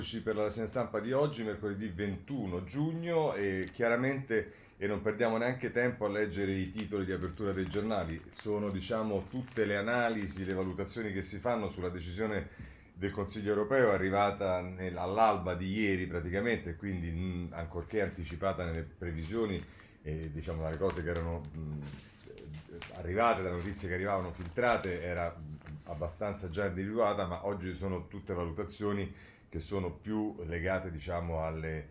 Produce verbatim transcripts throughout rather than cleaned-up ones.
Per la rassegna stampa di oggi, mercoledì ventuno giugno, e chiaramente e non perdiamo neanche tempo a leggere i titoli di apertura dei giornali. Sono, diciamo, tutte le analisi, le valutazioni che si fanno sulla decisione del Consiglio europeo arrivata nel- all'alba di ieri praticamente, quindi mh, ancorché anticipata nelle previsioni, e diciamo dalle cose che erano mh, arrivate, da notizie che arrivavano filtrate, era mh, abbastanza già individuata, ma oggi sono tutte valutazioni che sono più legate, diciamo, alle,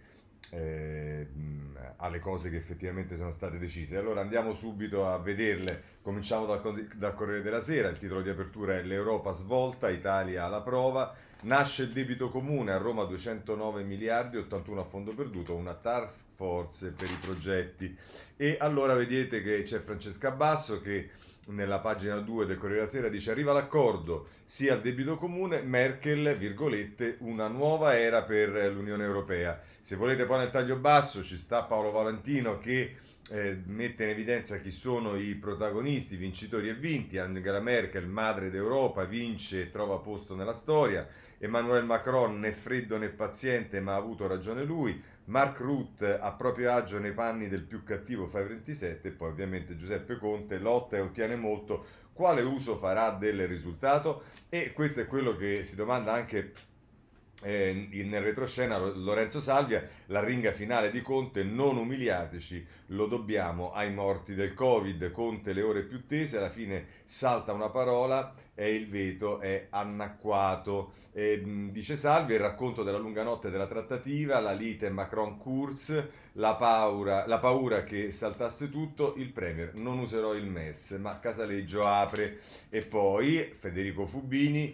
eh, mh, alle cose che effettivamente sono state decise. Allora andiamo subito a vederle. Cominciamo dal, con- dal Corriere della Sera. Il titolo di apertura è L'Europa svolta, Italia alla prova. Nasce il debito comune, a Roma duecentonove miliardi, ottantuno a fondo perduto, una task force per i progetti. E allora vedete che c'è Francesca Basso che nella pagina due del Corriere della Sera dice: arriva l'accordo sia al debito comune, Merkel, virgolette, una nuova era per l'Unione Europea. Se volete poi nel taglio basso ci sta Paolo Valentino che eh, mette in evidenza chi sono i protagonisti, vincitori e vinti. Angela Merkel, madre d'Europa, vince e trova posto nella storia. Emmanuel Macron, né freddo né paziente, ma ha avuto ragione lui. Mark Rutte a proprio agio nei panni del più cattivo fra i ventisette. E poi ovviamente Giuseppe Conte lotta e ottiene molto. Quale uso farà del risultato? E questo è quello che si domanda anche eh, nel retroscena Lorenzo Salvia, la ringa finale di Conte: non umiliateci, lo dobbiamo ai morti del Covid. Conte le ore più tese, alla fine salta una parola e il veto è annacquato. E, dice Salvia: il racconto della lunga notte della trattativa, la lite Macron-Kurz, la paura, la paura che saltasse tutto, il Premier: non userò il M E S. Ma Casaleggio apre. E poi Federico Fubini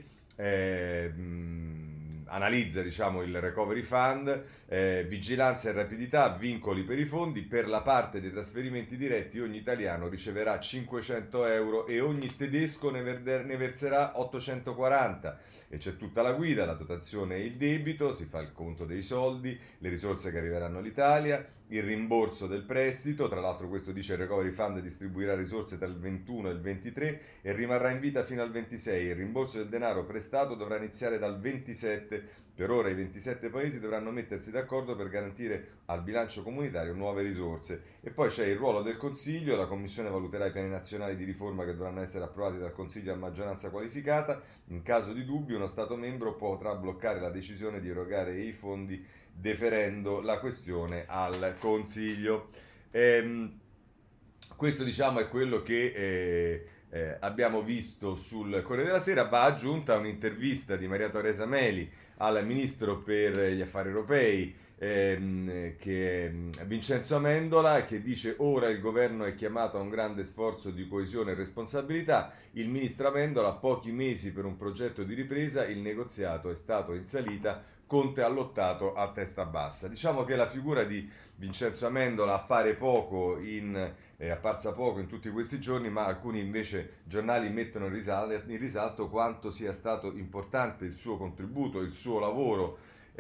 eh, mh, analizza, diciamo, il recovery fund, eh, vigilanza e rapidità, vincoli per i fondi. Per la parte dei trasferimenti diretti ogni italiano riceverà cinquecento euro e ogni tedesco ne, verde- ne verserà ottocentoquaranta. E c'è tutta la guida: la dotazione e il debito, si fa il conto dei soldi, le risorse che arriveranno all'Italia, il rimborso del prestito. Tra l'altro questo dice: il recovery fund distribuirà risorse tra il ventuno e il ventitré e rimarrà in vita fino al ventisei. Il rimborso del denaro prestato dovrà iniziare dal ventisette. Per ora i ventisette paesi dovranno mettersi d'accordo per garantire al bilancio comunitario nuove risorse. E poi c'è il ruolo del Consiglio: la Commissione valuterà i piani nazionali di riforma che dovranno essere approvati dal Consiglio a maggioranza qualificata. In caso di dubbio uno Stato membro potrà bloccare la decisione di erogare i fondi deferendo la questione al Consiglio. Ehm, questo, diciamo, è quello che eh, eh, abbiamo visto sul Corriere della Sera. Va aggiunta un'intervista di Maria Teresa Meli al ministro per gli affari europei, ehm, che è Vincenzo Amendola, che dice: ora il governo è chiamato a un grande sforzo di coesione e responsabilità. Il ministro Amendola: pochi mesi per un progetto di ripresa, il negoziato è stato in salita, Conte ha lottato a testa bassa. Diciamo che la figura di Vincenzo Amendola appare poco in è apparsa poco in tutti questi giorni, ma alcuni invece giornali mettono in risalto, in risalto quanto sia stato importante il suo contributo, il suo lavoro,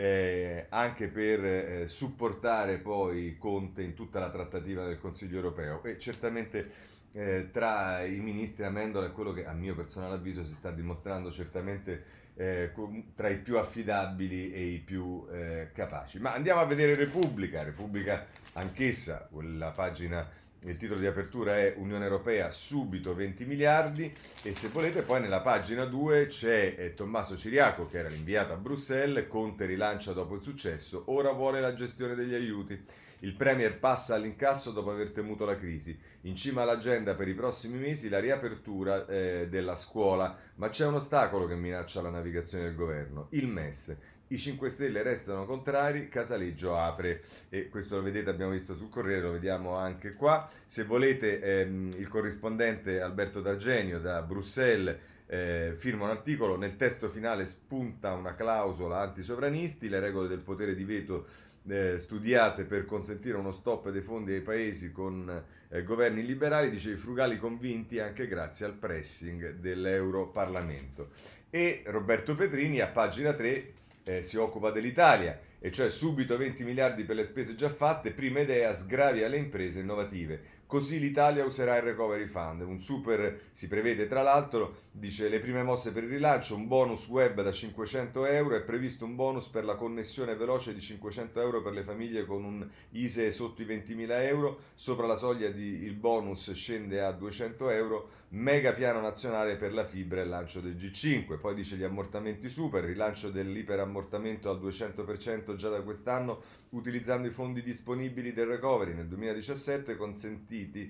eh, anche per eh, supportare poi Conte in tutta la trattativa del Consiglio europeo. E certamente eh, tra i ministri Amendola è quello che a mio personale avviso si sta dimostrando certamente eh, tra i più affidabili e i più eh, capaci. Ma andiamo a vedere Repubblica. Repubblica anch'essa, quella pagina, il titolo di apertura è Unione Europea, subito venti miliardi. E se volete poi nella pagina due c'è eh, Tommaso Ciriaco, che era l'inviato a Bruxelles. Conte rilancia dopo il successo, ora vuole la gestione degli aiuti. Il Premier passa all'incasso dopo aver temuto la crisi. In cima all'agenda per i prossimi mesi la riapertura eh, della scuola, ma c'è un ostacolo che minaccia la navigazione del governo: il M E S. I cinque Stelle restano contrari, Casaleggio apre. E questo lo vedete, abbiamo visto sul Corriere, lo vediamo anche qua. Se volete, ehm, il corrispondente Alberto D'Argenio da Bruxelles eh, firma un articolo. Nel testo finale spunta una clausola antisovranisti, le regole del potere di veto eh, studiate per consentire uno stop dei fondi ai paesi con eh, governi liberali, dice i frugali convinti anche grazie al pressing dell'Europarlamento. E Roberto Petrini a pagina tre eh, si occupa dell'Italia. e cioè subito venti miliardi per le spese già fatte, prima idea, sgravi alle imprese innovative. Così l'Italia userà il Recovery Fund, un super, si prevede tra l'altro, dice le prime mosse per il rilancio, un bonus web da cinquecento euro, è previsto un bonus per la connessione veloce di cinquecento euro per le famiglie con un I S E E sotto i ventimila euro, sopra la soglia di, il bonus scende a duecento euro, mega piano nazionale per la fibra e il lancio del G cinque, poi dice gli ammortamenti super, rilancio dell'iperammortamento al duecento per cento già da quest'anno utilizzando i fondi disponibili del recovery nel duemiladiciassette consentiti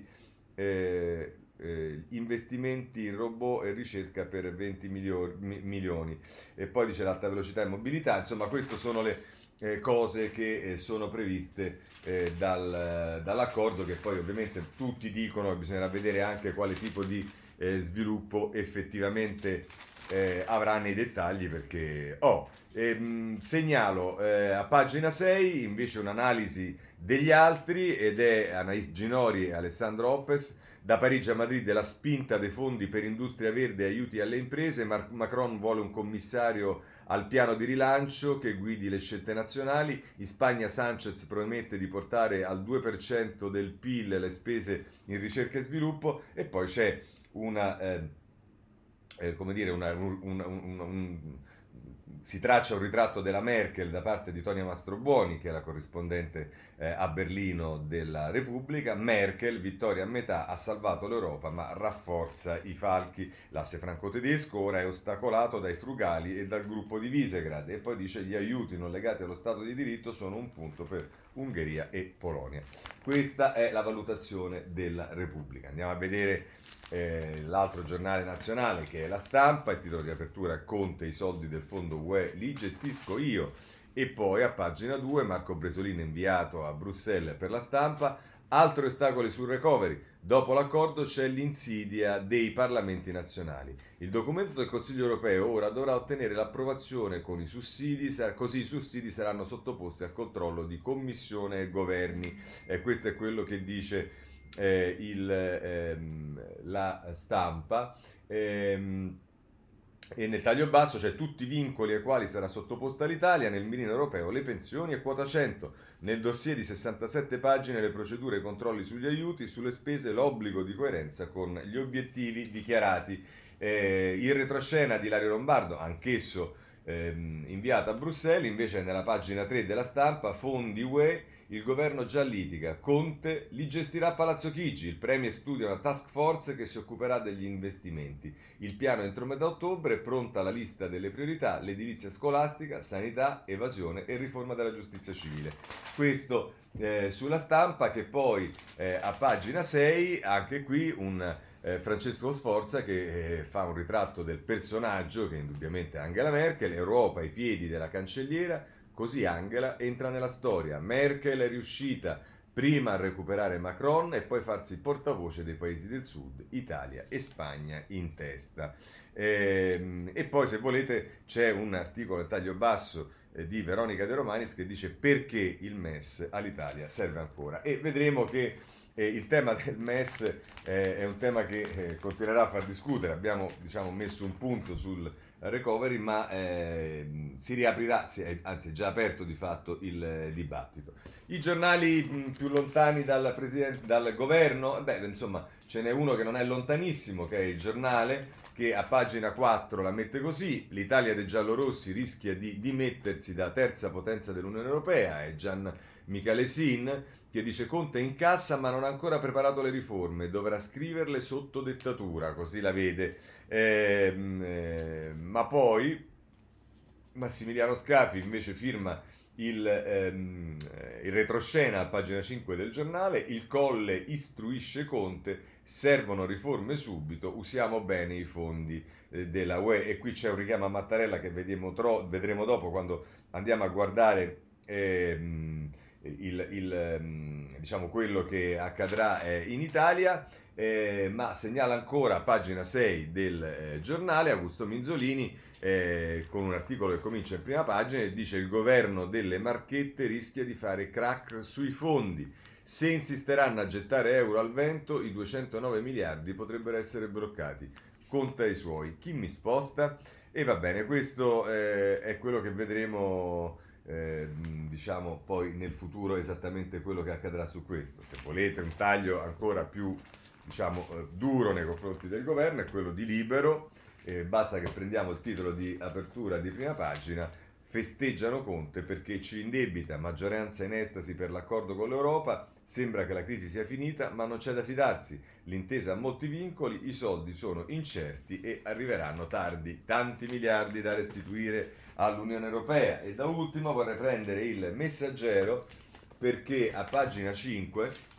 eh, eh, investimenti in robot e ricerca per venti milio- mi- milioni e poi dice l'alta velocità e mobilità, insomma queste sono le eh, cose che eh, sono previste eh, dal, dall'accordo che poi ovviamente tutti dicono che bisognerà vedere anche quale tipo di eh, sviluppo effettivamente eh, avrà nei dettagli perché oh, ehm, segnalo eh, a pagina sei invece un'analisi degli altri ed è Anais Ginori e Alessandro Oppes. Da Parigi a Madrid la spinta dei fondi per industria verde e aiuti alle imprese. Mar- Macron vuole un commissario al piano di rilancio che guidi le scelte nazionali. In Spagna Sanchez promette di portare al due per cento del P I L le spese in ricerca e sviluppo e poi c'è una, eh, eh, come dire, una, un, un, un, un, si traccia un ritratto della Merkel da parte di Tonia Mastrobuoni, che è la corrispondente eh, a Berlino della Repubblica. Merkel, vittoria a metà, ha salvato l'Europa ma rafforza i falchi. L'asse franco-tedesco ora è ostacolato dai frugali e dal gruppo di Visegrad. E poi dice gli aiuti non legati allo Stato di diritto sono un punto per Ungheria e Polonia. Questa è la valutazione della Repubblica. Andiamo a vedere eh, l'altro giornale nazionale che è La Stampa, il titolo di apertura Conte, i soldi del fondo U E li gestisco io, e poi a pagina due Marco Bresolino inviato a Bruxelles per La Stampa, altri ostacoli sul recovery, dopo l'accordo c'è l'insidia dei parlamenti nazionali, il documento del Consiglio europeo ora dovrà ottenere l'approvazione con i sussidi, così i sussidi saranno sottoposti al controllo di commissione e governi, e questo è quello che dice Eh, il, ehm, la Stampa. Ehm, e nel taglio basso c'è tutti i vincoli ai quali sarà sottoposta l'Italia, nel mirino europeo le pensioni e quota cento, nel dossier di sessantasette pagine le procedure e i controlli sugli aiuti, sulle spese l'obbligo di coerenza con gli obiettivi dichiarati. Eh, il retroscena di Ilario Lombardo, anch'esso ehm, inviato a Bruxelles, invece nella pagina tre della Stampa, fondi U E, il governo già litiga, Conte li gestirà a Palazzo Chigi, il Premier studia una task force che si occuperà degli investimenti, il piano entro metà ottobre, pronta la lista delle priorità, l'edilizia scolastica, sanità, evasione e riforma della giustizia civile. Questo eh, sulla Stampa, che poi eh, a pagina sei, anche qui un eh, Francesco Sforza che eh, fa un ritratto del personaggio che indubbiamente è Angela Merkel, Europa ai piedi della cancelliera. Così Angela entra nella storia. Merkel è riuscita prima a recuperare Macron e poi farsi portavoce dei paesi del sud, Italia e Spagna in testa. E, e poi, se volete, c'è un articolo nel taglio basso eh, di Veronica De Romanis che dice perché il M E S all'Italia serve ancora. E vedremo che eh, il tema del M E S eh, è un tema che eh, continuerà a far discutere. Abbiamo, diciamo, messo un punto sul recovery, ma eh, si riaprirà, si è, anzi è già aperto di fatto il eh, dibattito. I giornali mh, più lontani dal, presidente, dal governo, beh, insomma, ce n'è uno che non è lontanissimo, che è il Giornale, che a pagina quattro la mette così: l'Italia dei giallorossi rischia di dimettersi da terza potenza dell'Unione Europea. È Gian Michelesin che dice Conte in cassa ma non ha ancora preparato le riforme, dovrà scriverle sotto dettatura, così la vede. Eh, eh, ma poi Massimiliano Scafi invece firma il, ehm, il retroscena a pagina cinque del Giornale, il Colle istruisce Conte, servono riforme subito, usiamo bene i fondi eh, della U E, e qui c'è un richiamo a Mattarella che vedremo, tro- vedremo dopo quando andiamo a guardare ehm, il, il, diciamo quello che accadrà eh, in Italia. Eh, ma segnala ancora a pagina sei del eh, Giornale Augusto Minzolini eh, con un articolo che comincia in prima pagina e dice il governo delle Marchette rischia di fare crack sui fondi, se insisteranno a gettare euro al vento i duecentonove miliardi potrebbero essere bloccati, conta i suoi, chi mi sposta? E va bene, questo eh, è quello che vedremo eh, diciamo poi nel futuro esattamente quello che accadrà su questo. Se volete un taglio ancora più diciamo eh, duro nei confronti del governo è quello di Libero, eh, basta che prendiamo il titolo di apertura di prima pagina: festeggiano Conte perché ci indebita, maggioranza in estasi per l'accordo con l'Europa, sembra che la crisi sia finita ma non c'è da fidarsi, l'intesa ha molti vincoli, i soldi sono incerti e arriveranno tardi, tanti miliardi da restituire all'Unione Europea. E da ultimo vorrei prendere il Messaggero, perché a pagina cinque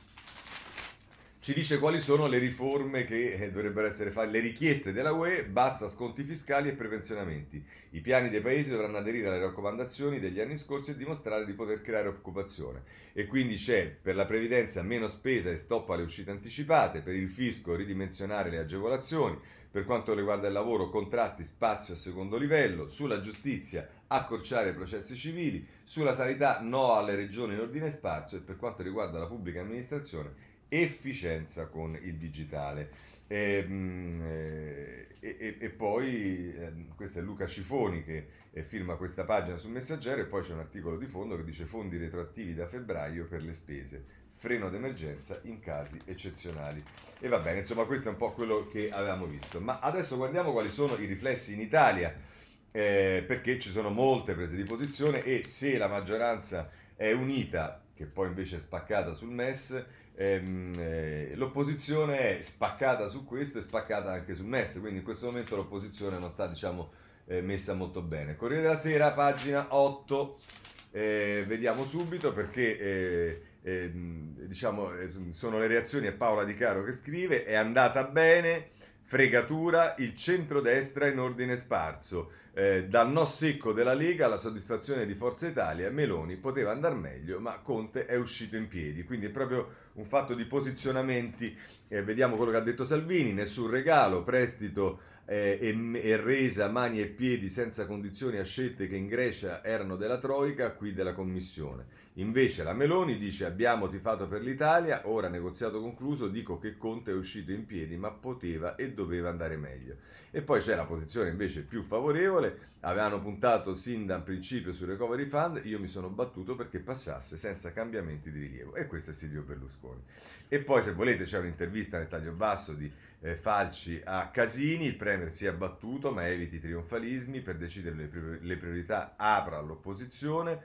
ci dice quali sono le riforme che eh, dovrebbero essere fatte, le richieste della U E: basta sconti fiscali e prepensionamenti. I piani dei paesi dovranno aderire alle raccomandazioni degli anni scorsi e dimostrare di poter creare occupazione. E quindi c'è per la previdenza meno spesa e stop alle uscite anticipate, per il fisco ridimensionare le agevolazioni, per quanto riguarda il lavoro contratti spazio a secondo livello, sulla giustizia accorciare i processi civili, sulla sanità no alle regioni in ordine sparso e per quanto riguarda la pubblica amministrazione efficienza con il digitale. E, e, e, e poi eh, questo è Luca Cifoni che eh, firma questa pagina sul Messaggero, e poi c'è un articolo di fondo che dice fondi retroattivi da febbraio per le spese, freno d'emergenza in casi eccezionali. E va bene, insomma questo è un po' quello che avevamo visto, ma adesso guardiamo quali sono i riflessi in Italia, eh, perché ci sono molte prese di posizione e se la maggioranza è unita, che poi invece è spaccata sul M E S, Ehm, eh, l'opposizione è spaccata su questo e spaccata anche sul M E S, quindi in questo momento l'opposizione non sta diciamo eh, messa molto bene. Corriere della Sera, pagina otto, eh, vediamo subito perché eh, eh, diciamo eh, sono le reazioni a Paola Di Caro che scrive: è andata bene, fregatura, il centrodestra in ordine sparso. Eh, dal no secco della Lega alla soddisfazione di Forza Italia, Meloni poteva andare meglio, ma Conte è uscito in piedi. Quindi è proprio un fatto di posizionamenti. Eh, vediamo quello che ha detto Salvini: nessun regalo, prestito eh, e, e resa mani e piedi senza condizioni a scelte che in Grecia erano della Troica, qui della Commissione. Invece la Meloni dice: abbiamo tifato per l'Italia, ora negoziato concluso, dico che Conte è uscito in piedi, ma poteva e doveva andare meglio. E poi c'è la posizione invece più favorevole: avevano puntato sin dal principio sul recovery fund, io mi sono battuto perché passasse senza cambiamenti di rilievo. E questo è Silvio Berlusconi. E poi se volete c'è un'intervista nel taglio basso di eh, Falci a Casini: il premier si è battuto ma eviti i trionfalismi, per decidere le, prior- le priorità apra all'opposizione.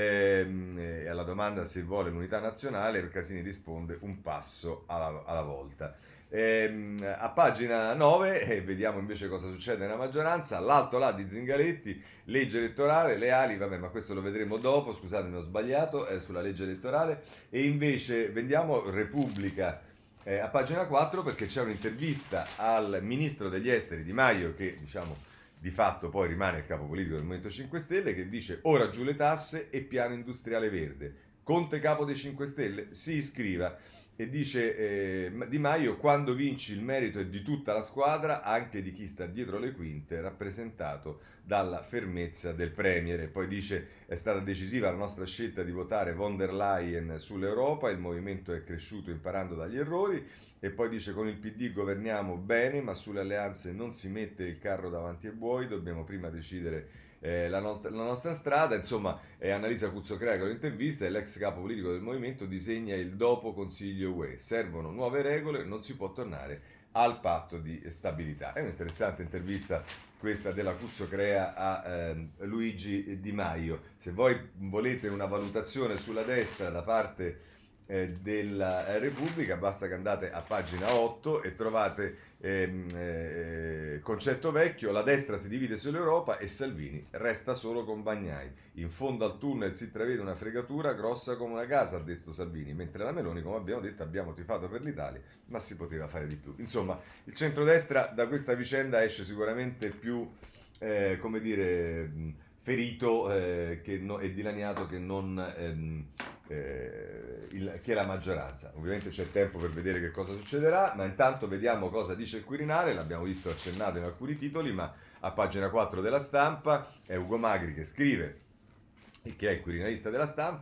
Ehm, e alla domanda se vuole l'unità nazionale Casini risponde: un passo alla, alla volta. Ehm, a pagina nove eh, vediamo invece cosa succede nella maggioranza. L'alto là di Zingaletti, legge elettorale, le ali, vabbè, ma questo lo vedremo dopo, scusatemi, ho sbagliato, è sulla legge elettorale. E invece vediamo Repubblica eh, a pagina quattro, perché c'è un'intervista al ministro degli esteri Di Maio, che diciamo di fatto poi rimane il capo politico del Movimento cinque Stelle, che dice: ora giù le tasse e piano industriale verde. Conte capo dei cinque Stelle? Si iscriva. E dice eh, Di Maio: quando vinci il merito è di tutta la squadra, anche di chi sta dietro le quinte, rappresentato dalla fermezza del premier. E poi dice: è stata decisiva la nostra scelta di votare von der Leyen sull'Europa, il movimento è cresciuto imparando dagli errori. E poi dice: con il P D governiamo bene, ma sulle alleanze non si mette il carro davanti ai buoi, dobbiamo prima decidere eh, la, not- la nostra strada. Insomma, eh, Annalisa Cuzzocrea con l'intervista, e l'ex capo politico del movimento disegna il dopo Consiglio U E. Servono nuove regole, non si può tornare al patto di stabilità. È un'interessante intervista questa della Cuzzocrea a eh, Luigi Di Maio. Se voi volete una valutazione sulla destra da parte eh, della Repubblica, basta che andate a pagina otto e trovate ehm, eh, concetto vecchio: la destra si divide sull'Europa e Salvini resta solo con Bagnai. In fondo al tunnel si intravede una fregatura grossa come una casa, ha detto Salvini, mentre la Meloni, come abbiamo detto, abbiamo tifato per l'Italia, ma si poteva fare di più. Insomma, il centrodestra da questa vicenda esce sicuramente più, eh, come dire, ferito eh, che no, e dilaniato che non ehm, eh, il, che la maggioranza. Ovviamente c'è tempo per vedere che cosa succederà, ma intanto vediamo cosa dice il Quirinale. L'abbiamo visto accennato in alcuni titoli, ma a pagina quattro della Stampa è Ugo Magri che scrive, e che è il quirinalista della Stampa: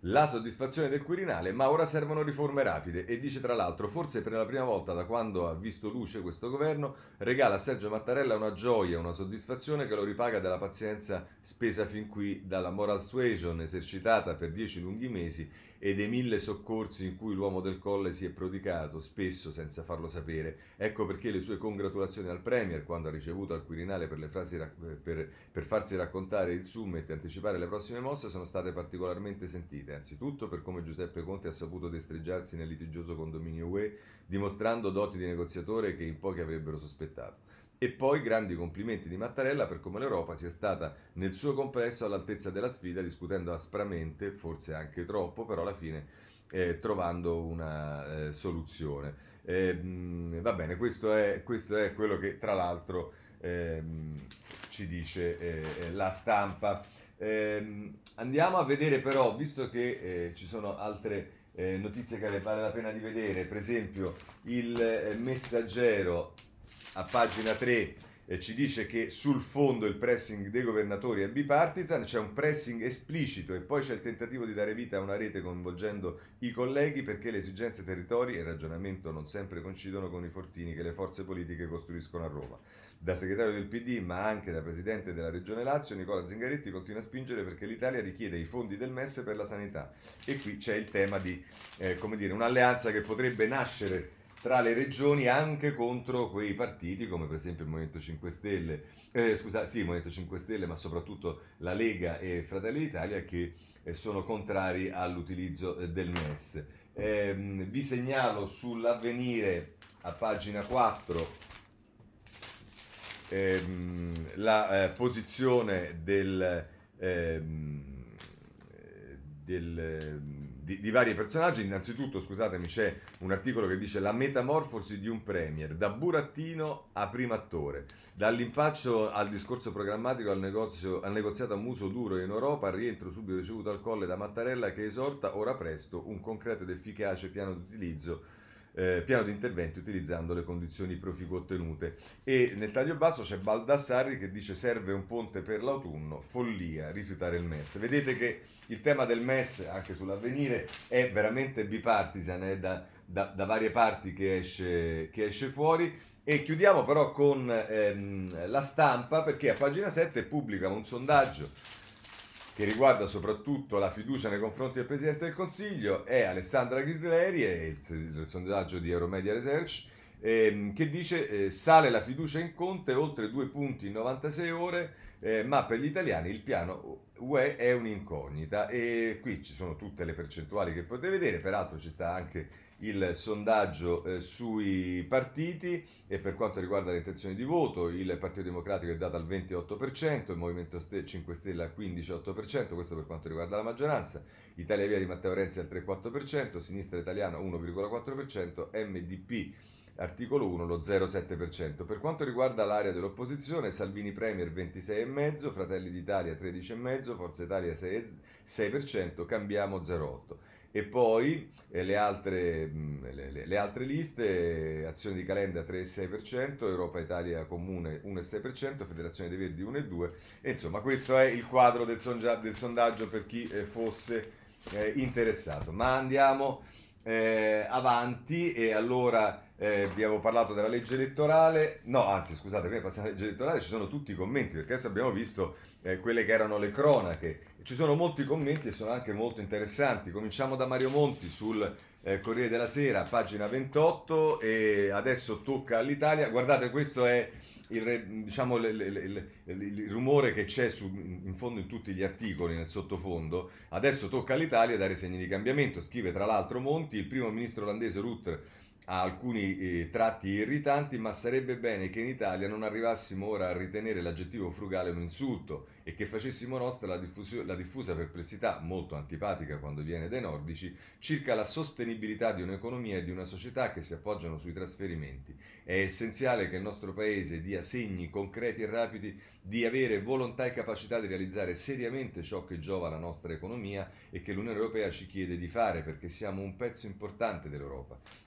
la soddisfazione del Quirinale, ma ora servono riforme rapide e dice tra l'altro, forse per la prima volta da quando ha visto luce questo governo, regala a Sergio Mattarella una gioia, una soddisfazione che lo ripaga della pazienza spesa fin qui, dalla moral suasion esercitata per dieci lunghi mesi e dei mille soccorsi in cui l'uomo del Colle si è prodigato, spesso senza farlo sapere. Ecco perché le sue congratulazioni al Premier quando ha ricevuto al Quirinale per, le frasi, per, per farsi raccontare il summit e anticipare le prossime mosse sono state particolarmente sentite, anzitutto per come Giuseppe Conte ha saputo destreggiarsi nel litigioso condominio U E, dimostrando doti di negoziatore che in pochi avrebbero sospettato. E poi grandi complimenti di Mattarella per come l'Europa sia stata nel suo complesso all'altezza della sfida, discutendo aspramente, forse anche troppo, però alla fine eh, trovando una eh, soluzione. Eh, mh, va bene, questo è, questo è quello che tra l'altro ehm, ci dice eh, la stampa. Eh, andiamo a vedere però, visto che eh, ci sono altre eh, notizie che vale la pena di vedere, per esempio il eh, Messaggero a pagina tre eh, ci dice che sul fondo il pressing dei governatori è bipartisan, c'è un pressing esplicito e poi c'è il tentativo di dare vita a una rete coinvolgendo i colleghi perché le esigenze territori e il ragionamento non sempre coincidono con i fortini che le forze politiche costruiscono a Roma. Da segretario del P D, ma anche da presidente della Regione Lazio, Nicola Zingaretti continua a spingere perché l'Italia richiede i fondi del M E S per la sanità. E qui c'è il tema di, eh, come dire, un'alleanza che potrebbe nascere tra le regioni anche contro quei partiti come per esempio il Movimento cinque Stelle, eh, scusa, sì, il Movimento cinque Stelle, ma soprattutto la Lega e Fratelli d'Italia che eh, sono contrari all'utilizzo eh, del M E S. Eh, vi segnalo sull'Avvenire a pagina quattro ehm, la eh, posizione del, ehm, del Di, di vari personaggi. Innanzitutto, scusatemi, c'è un articolo che dice la metamorfosi di un premier, da burattino a primo attore, dall'impaccio al discorso programmatico al, negozio, al negoziato a muso duro in Europa, al rientro subito ricevuto al Colle da Mattarella che esorta ora presto un concreto ed efficace piano di utilizzo Eh, piano di interventi utilizzando le condizioni proficue ottenute. E nel taglio basso c'è Baldassarri che dice serve un ponte per l'autunno, follia rifiutare il M E S. Vedete che il tema del M E S anche sull'Avvenire è veramente bipartisan, è da, da, da varie parti che esce, che esce fuori. E chiudiamo però con ehm, la Stampa, perché a pagina sette pubblica un sondaggio che riguarda soprattutto la fiducia nei confronti del Presidente del Consiglio. È Alessandra Ghisleri, è il, il sondaggio di Euromedia Research, ehm, che dice eh, sale la fiducia in Conte oltre due punti in novantasei ore, eh, ma per gli italiani il piano U E è un'incognita. E qui ci sono tutte le percentuali che potete vedere, peraltro ci sta anche il sondaggio eh, sui partiti. E per quanto riguarda le intenzioni di voto, il Partito Democratico è dato al ventotto per cento, il Movimento cinque Stelle al quindici virgola otto per cento, questo per quanto riguarda la maggioranza, Italia Via di Matteo Renzi al tre virgola quattro per cento, Sinistra Italiana uno virgola quattro per cento, M D P articolo uno lo zero virgola sette per cento. Per quanto riguarda l'area dell'opposizione, Salvini Premier ventisei virgola cinque per cento, Fratelli d'Italia tredici virgola cinque per cento, Forza Italia sei per cento, Cambiamo zero virgola otto per cento. E poi eh, le, altre, mh, le, le, le altre liste, eh, Azione di Calenda tre virgola sei per cento, Europa Italia Comune uno virgola sei per cento, Federazione dei Verdi uno virgola due per cento. E insomma questo è il quadro del, songia- del sondaggio per chi eh, fosse eh, interessato. Ma andiamo eh, avanti e allora eh, vi avevo parlato della legge elettorale, no anzi scusate, prima di passare alla legge elettorale ci sono tutti i commenti, perché adesso abbiamo visto eh, quelle che erano le cronache. Ci sono molti commenti e sono anche molto interessanti. Cominciamo da Mario Monti sul eh, Corriere della Sera, pagina ventotto, e adesso tocca all'Italia. Guardate, questo è il, diciamo, le, le, le, il rumore che c'è su, in fondo in tutti gli articoli, nel sottofondo. Adesso tocca all'Italia dare segni di cambiamento, scrive tra l'altro Monti. Il primo ministro olandese Rutte ha alcuni eh, tratti irritanti, ma sarebbe bene che in Italia non arrivassimo ora a ritenere l'aggettivo frugale un insulto e che facessimo nostra la, diffusio- la diffusa perplessità, molto antipatica quando viene dai nordici, circa la sostenibilità di un'economia e di una società che si appoggiano sui trasferimenti. È essenziale che il nostro Paese dia segni concreti e rapidi di avere volontà e capacità di realizzare seriamente ciò che giova alla nostra economia e che l'Unione Europea ci chiede di fare, perché siamo un pezzo importante dell'Europa. Non dobbiamo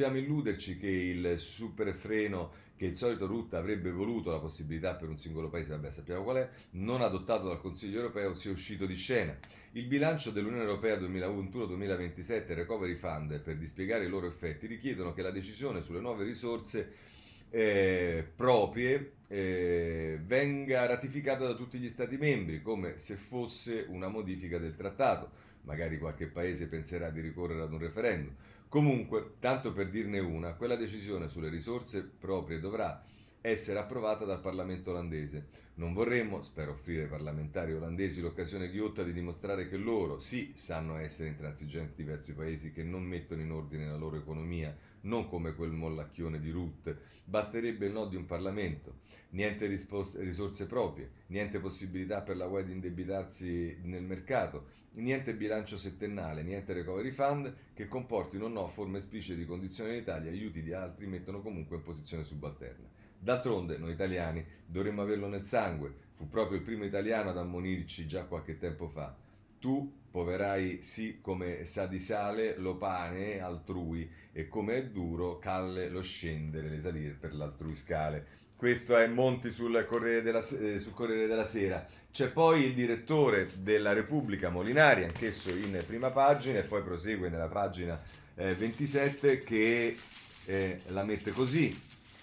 dobbiamo illuderci che il super freno, che il solito Rutte avrebbe voluto la possibilità per un singolo paese, vabbè sappiamo qual è, non adottato dal Consiglio europeo, sia uscito di scena. Il bilancio dell'Unione Europea duemilaventuno duemilaventisette e il Recovery Fund, per dispiegare i loro effetti, richiedono che la decisione sulle nuove risorse eh, proprie eh, venga ratificata da tutti gli Stati membri, come se fosse una modifica del trattato. Magari qualche paese penserà di ricorrere ad un referendum. Comunque, tanto per dirne una, quella decisione sulle risorse proprie dovrà essere approvata dal Parlamento olandese. Non vorremmo, spero offrire ai parlamentari olandesi l'occasione ghiotta di dimostrare che loro, sì, sanno essere intransigenti verso i paesi che non mettono in ordine la loro economia, non come quel mollacchione di Rutte. Basterebbe il no di un Parlamento. Niente rispos- risorse proprie, niente possibilità per la U E di indebitarsi nel mercato, niente bilancio settennale, niente recovery fund che comportino o no forme esplicite di condizionalità, gli aiuti di altri mettono comunque in posizione subalterna. D'altronde, noi italiani dovremmo averlo nel sangue, fu proprio il primo italiano ad ammonirci già qualche tempo fa. Tu, poverai, sì, come sa di sale, lo pane altrui, e come è duro, calle lo scendere, le salire per l'altrui scale. Questo è Monti sul Corriere della, eh, sul Corriere della Sera. C'è poi il direttore della Repubblica, Molinari, anch'esso in prima pagina, e poi prosegue nella pagina eh, ventisette, che eh, la mette così.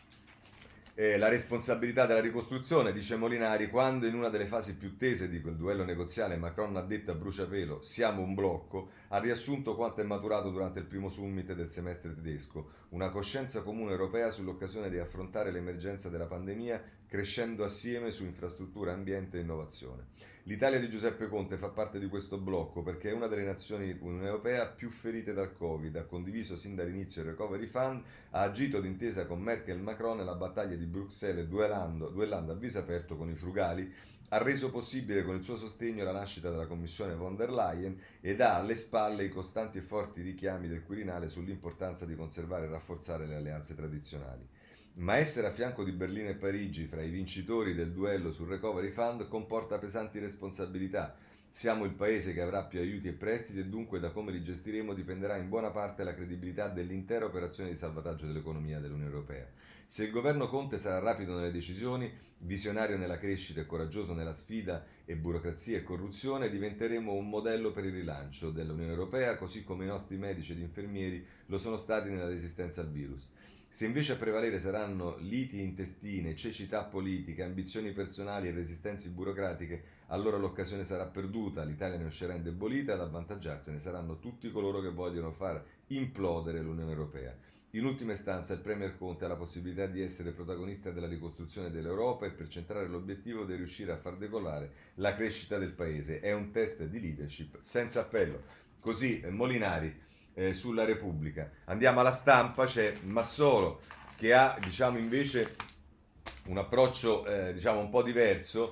Eh, la responsabilità della ricostruzione, dice Molinari, quando in una delle fasi più tese di quel duello negoziale Macron ha detto a bruciapelo siamo un blocco, ha riassunto quanto è maturato durante il primo summit del semestre tedesco, una coscienza comune europea sull'occasione di affrontare l'emergenza della pandemia crescendo assieme su infrastruttura, ambiente e innovazione. L'Italia di Giuseppe Conte fa parte di questo blocco perché è una delle nazioni dell'Unione Europea più ferite dal Covid, ha condiviso sin dall'inizio il Recovery Fund, ha agito d'intesa con Merkel e Macron nella battaglia di Bruxelles, duellando, duellando a viso aperto con i frugali, ha reso possibile con il suo sostegno la nascita della Commissione von der Leyen ed ha alle spalle i costanti e forti richiami del Quirinale sull'importanza di conservare e rafforzare le alleanze tradizionali. Ma essere a fianco di Berlino e Parigi fra i vincitori del duello sul Recovery Fund comporta pesanti responsabilità. Siamo il paese che avrà più aiuti e prestiti e dunque da come li gestiremo dipenderà in buona parte la credibilità dell'intera operazione di salvataggio dell'economia dell'Unione Europea. Se il governo Conte sarà rapido nelle decisioni, visionario nella crescita e coraggioso nella sfida e burocrazia e corruzione, diventeremo un modello per il rilancio dell'Unione Europea, così come i nostri medici ed infermieri lo sono stati nella resistenza al virus. Se invece a prevalere saranno liti intestine, cecità politiche, ambizioni personali e resistenze burocratiche, allora l'occasione sarà perduta, l'Italia ne uscirà indebolita, ad avvantaggiarsene saranno tutti coloro che vogliono far implodere l'Unione Europea. In ultima istanza il Premier Conte ha la possibilità di essere protagonista della ricostruzione dell'Europa e per centrare l'obiettivo di riuscire a far decollare la crescita del Paese. È un test di leadership senza appello. Così Molinari eh, sulla Repubblica. Andiamo alla Stampa, c'è Massolo che ha, diciamo, invece un approccio eh, diciamo un po' diverso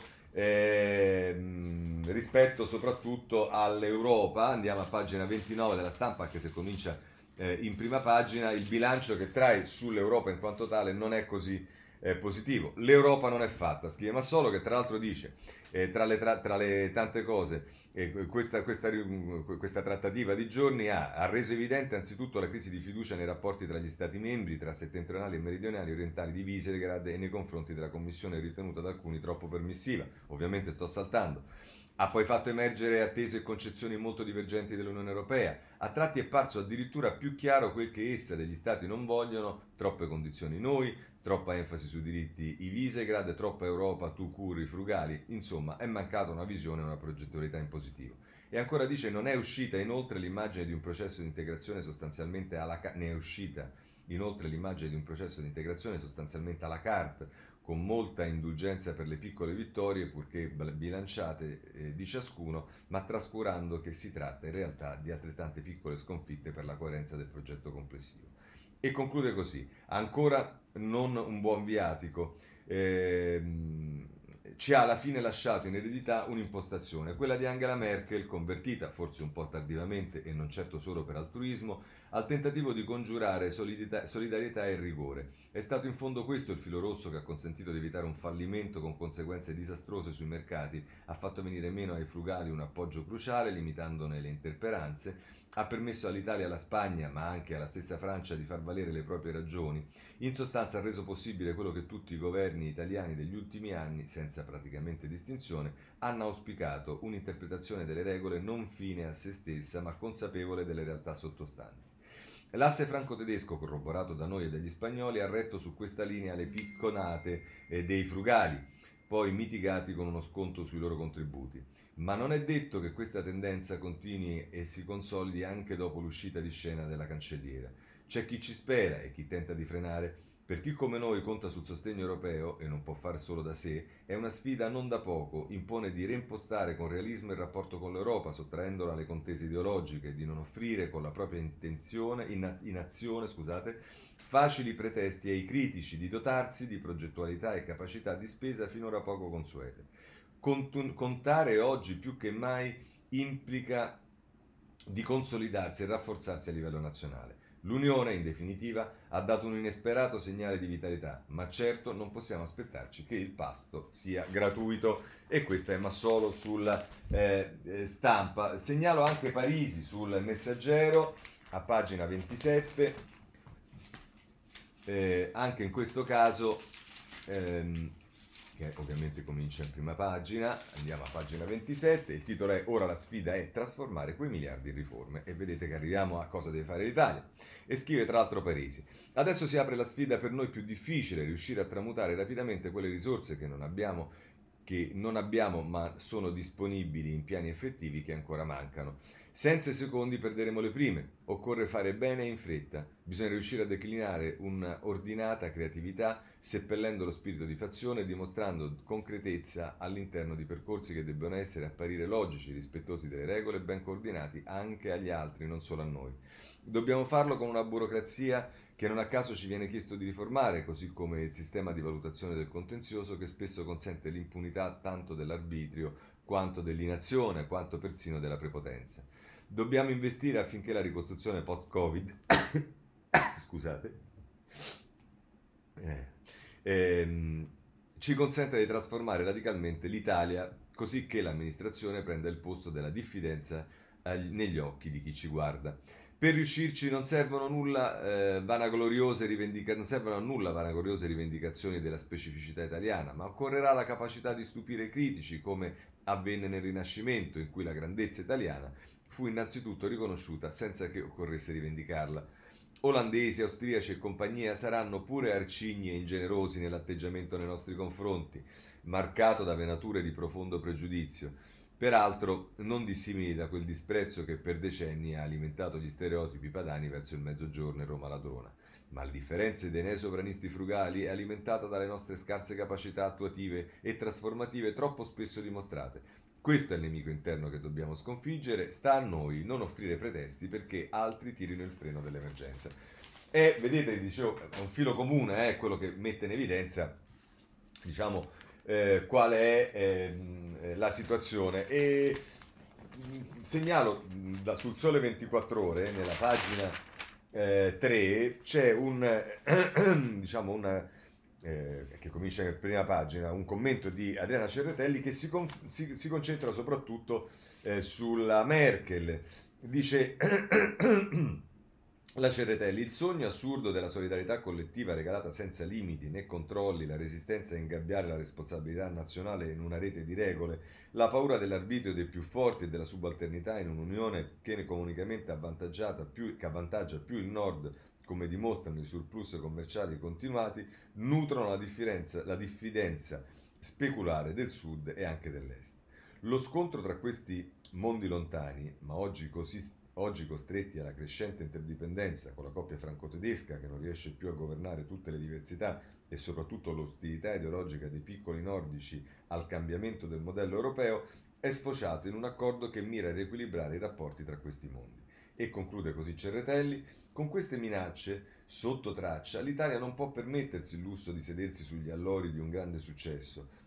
eh, rispetto soprattutto all'Europa. Andiamo a pagina ventinove della Stampa, anche se comincia eh, in prima pagina. Il bilancio che trae sull'Europa in quanto tale non è così eh, positivo. L'Europa non è fatta, scrive Massolo, che tra l'altro dice eh, tra, le tra, tra le tante cose eh, questa, questa, questa trattativa di giorni ha, ha reso evidente anzitutto la crisi di fiducia nei rapporti tra gli Stati membri, tra settentrionali e meridionali, orientali di Visegrad e nei confronti della Commissione ritenuta da alcuni troppo permissiva. Ovviamente sto saltando. Ha poi fatto emergere attese e concezioni molto divergenti dell'Unione Europea. A tratti è parso addirittura più chiaro quel che essa degli Stati non vogliono: troppe condizioni noi, troppa enfasi sui diritti i Visegrad, troppa Europa tu curi frugali. Insomma, è mancata una visione e una progettualità in positivo. E ancora dice: non è uscita inoltre l'immagine di un processo di integrazione sostanzialmente alla ca- ne è uscita inoltre l'immagine di un processo di integrazione sostanzialmente alla carte, con molta indulgenza per le piccole vittorie, purché bilanciate eh, di ciascuno, ma trascurando che si tratta in realtà di altrettante piccole sconfitte per la coerenza del progetto complessivo. E conclude così: ancora non un buon viatico. Ehm, ci ha alla fine lasciato in eredità un'impostazione, quella di Angela Merkel, convertita, forse un po' tardivamente e non certo solo per altruismo, al tentativo di congiurare solidità, solidarietà e rigore. È stato in fondo questo il filo rosso che ha consentito di evitare un fallimento con conseguenze disastrose sui mercati, ha fatto venire meno ai frugali un appoggio cruciale, limitandone le interperanze, ha permesso all'Italia, alla Spagna, ma anche alla stessa Francia di far valere le proprie ragioni. In sostanza ha reso possibile quello che tutti i governi italiani degli ultimi anni, senza praticamente distinzione, hanno auspicato: un'interpretazione delle regole non fine a se stessa, ma consapevole delle realtà sottostanti. L'asse franco-tedesco, corroborato da noi e dagli spagnoli, ha retto su questa linea le picconate eh, dei frugali, poi mitigati con uno sconto sui loro contributi. Ma non è detto che questa tendenza continui e si consolidi anche dopo l'uscita di scena della cancelliera. C'è chi ci spera e chi tenta di frenare. Per chi come noi conta sul sostegno europeo e non può fare solo da sé, è una sfida non da poco, impone di reimpostare con realismo il rapporto con l'Europa, sottraendola alle contese ideologiche, di non offrire con la propria intenzione, in, in azione, scusate, facili pretesti ai critici, di dotarsi di progettualità e capacità di spesa finora poco consuete. Contare oggi più che mai implica di consolidarsi e rafforzarsi a livello nazionale. L'Unione, in definitiva, ha dato un inesperato segnale di vitalità, ma certo non possiamo aspettarci che il pasto sia gratuito. E questa è Massolo sulla eh, stampa. Segnalo anche Parisi sul Messaggero, a pagina ventisette, eh, anche in questo caso... Ehm, che ovviamente comincia in prima pagina, andiamo a pagina ventisette, il titolo è "Ora la sfida è trasformare quei miliardi in riforme", e vedete che arriviamo a cosa deve fare l'Italia. E scrive tra l'altro Parisi: "Adesso si apre la sfida per noi più difficile, riuscire a tramutare rapidamente quelle risorse che non abbiamo che non abbiamo ma sono disponibili in piani effettivi che ancora mancano. Senza i secondi perderemo le prime. Occorre fare bene e in fretta. Bisogna riuscire a declinare un'ordinata creatività, seppellendo lo spirito di fazione e dimostrando concretezza all'interno di percorsi che debbono essere apparire logici, rispettosi delle regole, ben coordinati anche agli altri, non solo a noi. Dobbiamo farlo con una burocrazia che non a caso ci viene chiesto di riformare, così come il sistema di valutazione del contenzioso, che spesso consente l'impunità tanto dell'arbitrio quanto dell'inazione, quanto persino della prepotenza. Dobbiamo investire affinché la ricostruzione post-Covid scusate eh, ehm, ci consenta di trasformare radicalmente l'Italia, così che l'amministrazione prenda il posto della diffidenza agli, negli occhi di chi ci guarda. Per riuscirci non servono nulla eh, vanagloriose rivendica- non servono a nulla vanagloriose rivendicazioni della specificità italiana, ma occorrerà la capacità di stupire i critici, come avvenne nel Rinascimento, in cui la grandezza italiana fu innanzitutto riconosciuta senza che occorresse rivendicarla. Olandesi, austriaci e compagnia saranno pure arcigni e ingenerosi nell'atteggiamento nei nostri confronti, marcato da venature di profondo pregiudizio, peraltro non dissimili da quel disprezzo che per decenni ha alimentato gli stereotipi padani verso il Mezzogiorno e Roma ladrona. Ma le differenze dei neosovranisti frugali è alimentata dalle nostre scarse capacità attuative e trasformative troppo spesso dimostrate. Questo è il nemico interno che dobbiamo sconfiggere, sta a noi non offrire pretesti perché altri tirino il freno dell'emergenza. E vedete, dicevo, è un filo comune, eh, quello che mette in evidenza, diciamo, eh, qual è eh, la situazione. E mh, segnalo mh, da, sul Sole ventiquattro Ore, nella pagina eh, tre, c'è un, diciamo, un Eh, che comincia in prima pagina, un commento di Adriana Cerretelli che si, conf- si, si concentra soprattutto eh, sulla Merkel. Dice la Cerretelli: "Il sogno assurdo della solidarietà collettiva regalata senza limiti né controlli, la resistenza a ingabbiare la responsabilità nazionale in una rete di regole, la paura dell'arbitrio dei più forti e della subalternità in un'unione che economicamente avvantaggiata più, che avvantaggia più il nord, come dimostrano i surplus commerciali continuati, nutrono la diffidenza, la diffidenza speculare del sud e anche dell'est. Lo scontro tra questi mondi lontani, ma oggi, così, oggi costretti alla crescente interdipendenza con la coppia franco-tedesca che non riesce più a governare tutte le diversità e soprattutto l'ostilità ideologica dei piccoli nordici al cambiamento del modello europeo, è sfociato in un accordo che mira a riequilibrare i rapporti tra questi mondi." E conclude così Cerretelli: "Con queste minacce sotto traccia l'Italia non può permettersi il lusso di sedersi sugli allori di un grande successo.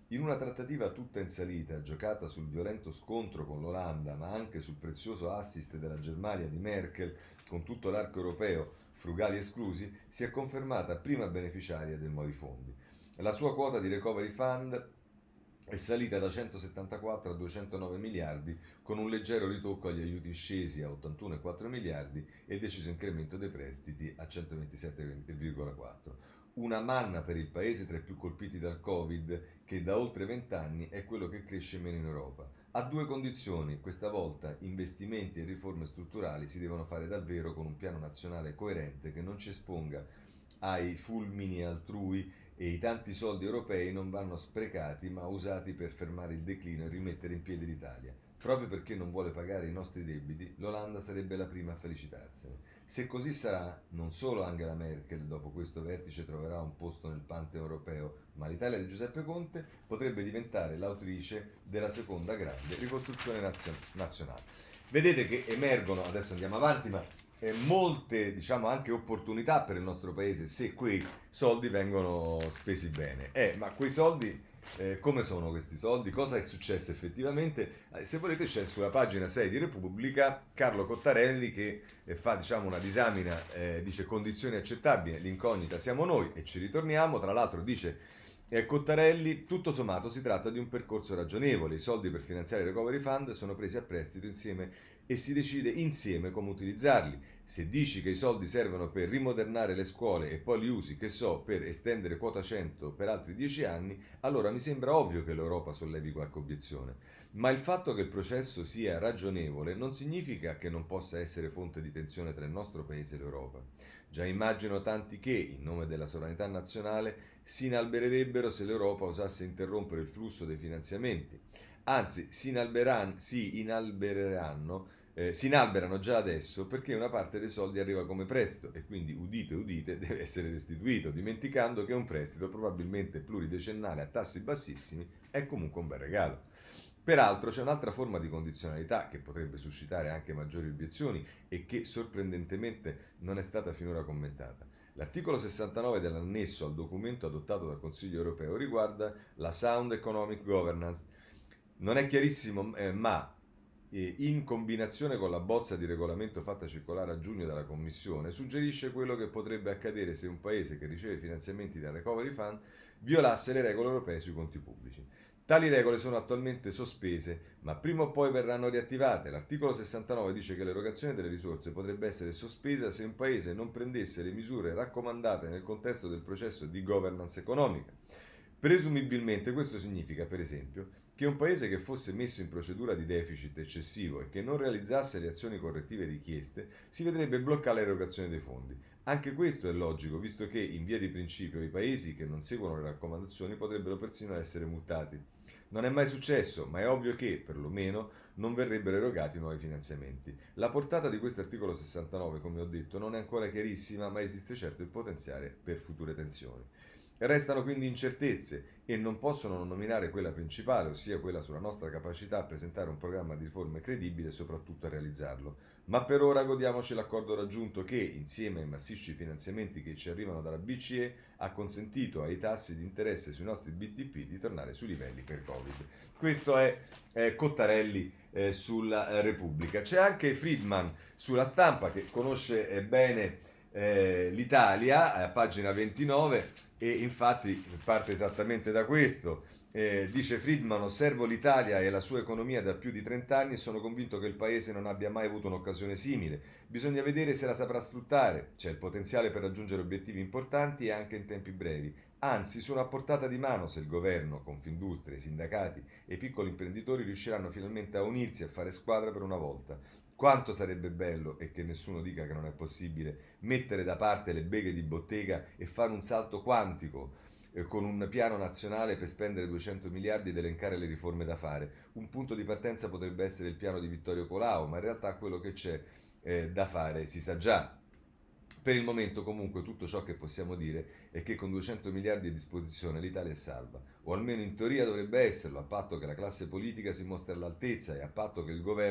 In una trattativa tutta in salita, giocata sul violento scontro con l'Olanda, ma anche sul prezioso assist della Germania di Merkel, con tutto l'arco europeo, frugali esclusi, si è confermata prima beneficiaria del nuovi fondi. La sua quota di recovery fund è salita da centosettantaquattro a duecentonove miliardi, con un leggero ritocco agli aiuti scesi a ottantuno virgola quattro miliardi e deciso incremento dei prestiti a centoventisette virgola quattro. Una manna per il paese tra i più colpiti dal Covid, che da oltre vent'anni è quello che cresce meno in Europa. A due condizioni: questa volta investimenti e riforme strutturali si devono fare davvero con un piano nazionale coerente che non ci esponga ai fulmini altrui, e i tanti soldi europei non vanno sprecati ma usati per fermare il declino e rimettere in piedi l'Italia. Proprio perché non vuole pagare i nostri debiti, l'Olanda sarebbe la prima a felicitarsene. Se così sarà, non solo Angela Merkel dopo questo vertice troverà un posto nel Pantheon europeo, ma l'Italia di Giuseppe Conte potrebbe diventare l'autrice della seconda grande ricostruzione nazio- nazionale. Vedete che emergono, adesso andiamo avanti, ma eh, molte, diciamo, anche opportunità per il nostro paese se quei soldi vengono spesi bene. Eh, ma quei soldi, eh, come sono questi soldi? Cosa è successo effettivamente? Eh, se volete c'è sulla pagina sei di Repubblica Carlo Cottarelli che eh, fa, diciamo, una disamina, eh, dice condizioni accettabili, l'incognita siamo noi, e ci ritorniamo. Tra l'altro dice eh, Cottarelli, tutto sommato si tratta di un percorso ragionevole, i soldi per finanziare il recovery fund sono presi a prestito insieme e si decide insieme come utilizzarli. Se dici che i soldi servono per rimodernare le scuole e poi li usi, che so, per estendere quota cento per altri dieci anni, allora mi sembra ovvio che l'Europa sollevi qualche obiezione. Ma il fatto che il processo sia ragionevole non significa che non possa essere fonte di tensione tra il nostro paese e l'Europa. Già immagino tanti che, in nome della sovranità nazionale, si inalbererebbero se l'Europa osasse interrompere il flusso dei finanziamenti. Anzi, si, inalberan- si inalbereranno eh, si inalberano già adesso perché una parte dei soldi arriva come prestito e quindi, udite udite, deve essere restituito, dimenticando che un prestito probabilmente pluridecennale a tassi bassissimi è comunque un bel regalo. Peraltro c'è un'altra forma di condizionalità che potrebbe suscitare anche maggiori obiezioni e che sorprendentemente non è stata finora commentata. L'articolo sessantanove dell'annesso al documento adottato dal Consiglio europeo riguarda la Sound Economic Governance. Non è chiarissimo, eh, ma eh, in combinazione con la bozza di regolamento fatta circolare a giugno dalla Commissione, suggerisce quello che potrebbe accadere se un paese che riceve finanziamenti dal Recovery Fund violasse le regole europee sui conti pubblici. Tali regole sono attualmente sospese, ma prima o poi verranno riattivate. L'articolo sessantanove dice che l'erogazione delle risorse potrebbe essere sospesa se un paese non prendesse le misure raccomandate nel contesto del processo di governance economica. Presumibilmente questo significa, per esempio, che un paese che fosse messo in procedura di deficit eccessivo e che non realizzasse le azioni correttive richieste si vedrebbe bloccare l'erogazione dei fondi. Anche questo è logico, visto che in via di principio i paesi che non seguono le raccomandazioni potrebbero persino essere multati. Non è mai successo, ma è ovvio che, perlomeno, non verrebbero erogati nuovi finanziamenti. La portata di questo articolo sessantanove, come ho detto, non è ancora chiarissima, ma esiste certo il potenziale per future tensioni. Restano quindi incertezze e non possono non nominare quella principale, ossia quella sulla nostra capacità a presentare un programma di riforme credibile e soprattutto a realizzarlo. Ma per ora godiamoci l'accordo raggiunto che, insieme ai massicci finanziamenti che ci arrivano dalla B C E, ha consentito ai tassi di interesse sui nostri B T P di tornare sui livelli per Covid. Questo è eh, Cottarelli eh, sulla eh, Repubblica. C'è anche Friedman sulla Stampa, che conosce eh, bene eh, l'Italia, a pagina ventinove, e infatti parte esattamente da questo. Eh, dice Friedman: osservo l'Italia e la sua economia da più di trenta anni e sono convinto che il paese non abbia mai avuto un'occasione simile. Bisogna vedere se la saprà sfruttare. C'è il potenziale per raggiungere obiettivi importanti e anche in tempi brevi. Anzi, sono a portata di mano se il governo, Confindustria, i sindacati e i piccoli imprenditori riusciranno finalmente a unirsi e a fare squadra per una volta. Quanto sarebbe bello, e che nessuno dica che non è possibile, mettere da parte le beghe di bottega e fare un salto quantico eh, con un piano nazionale per spendere duecento miliardi ed elencare le riforme da fare. Un punto di partenza potrebbe essere il piano di Vittorio Colau, ma in realtà quello che c'è eh, da fare si sa già. Per il momento comunque tutto ciò che possiamo dire è che con duecento miliardi a disposizione l'Italia è salva, o almeno in teoria dovrebbe esserlo, a patto che la classe politica si mostri all'altezza e a patto che il governo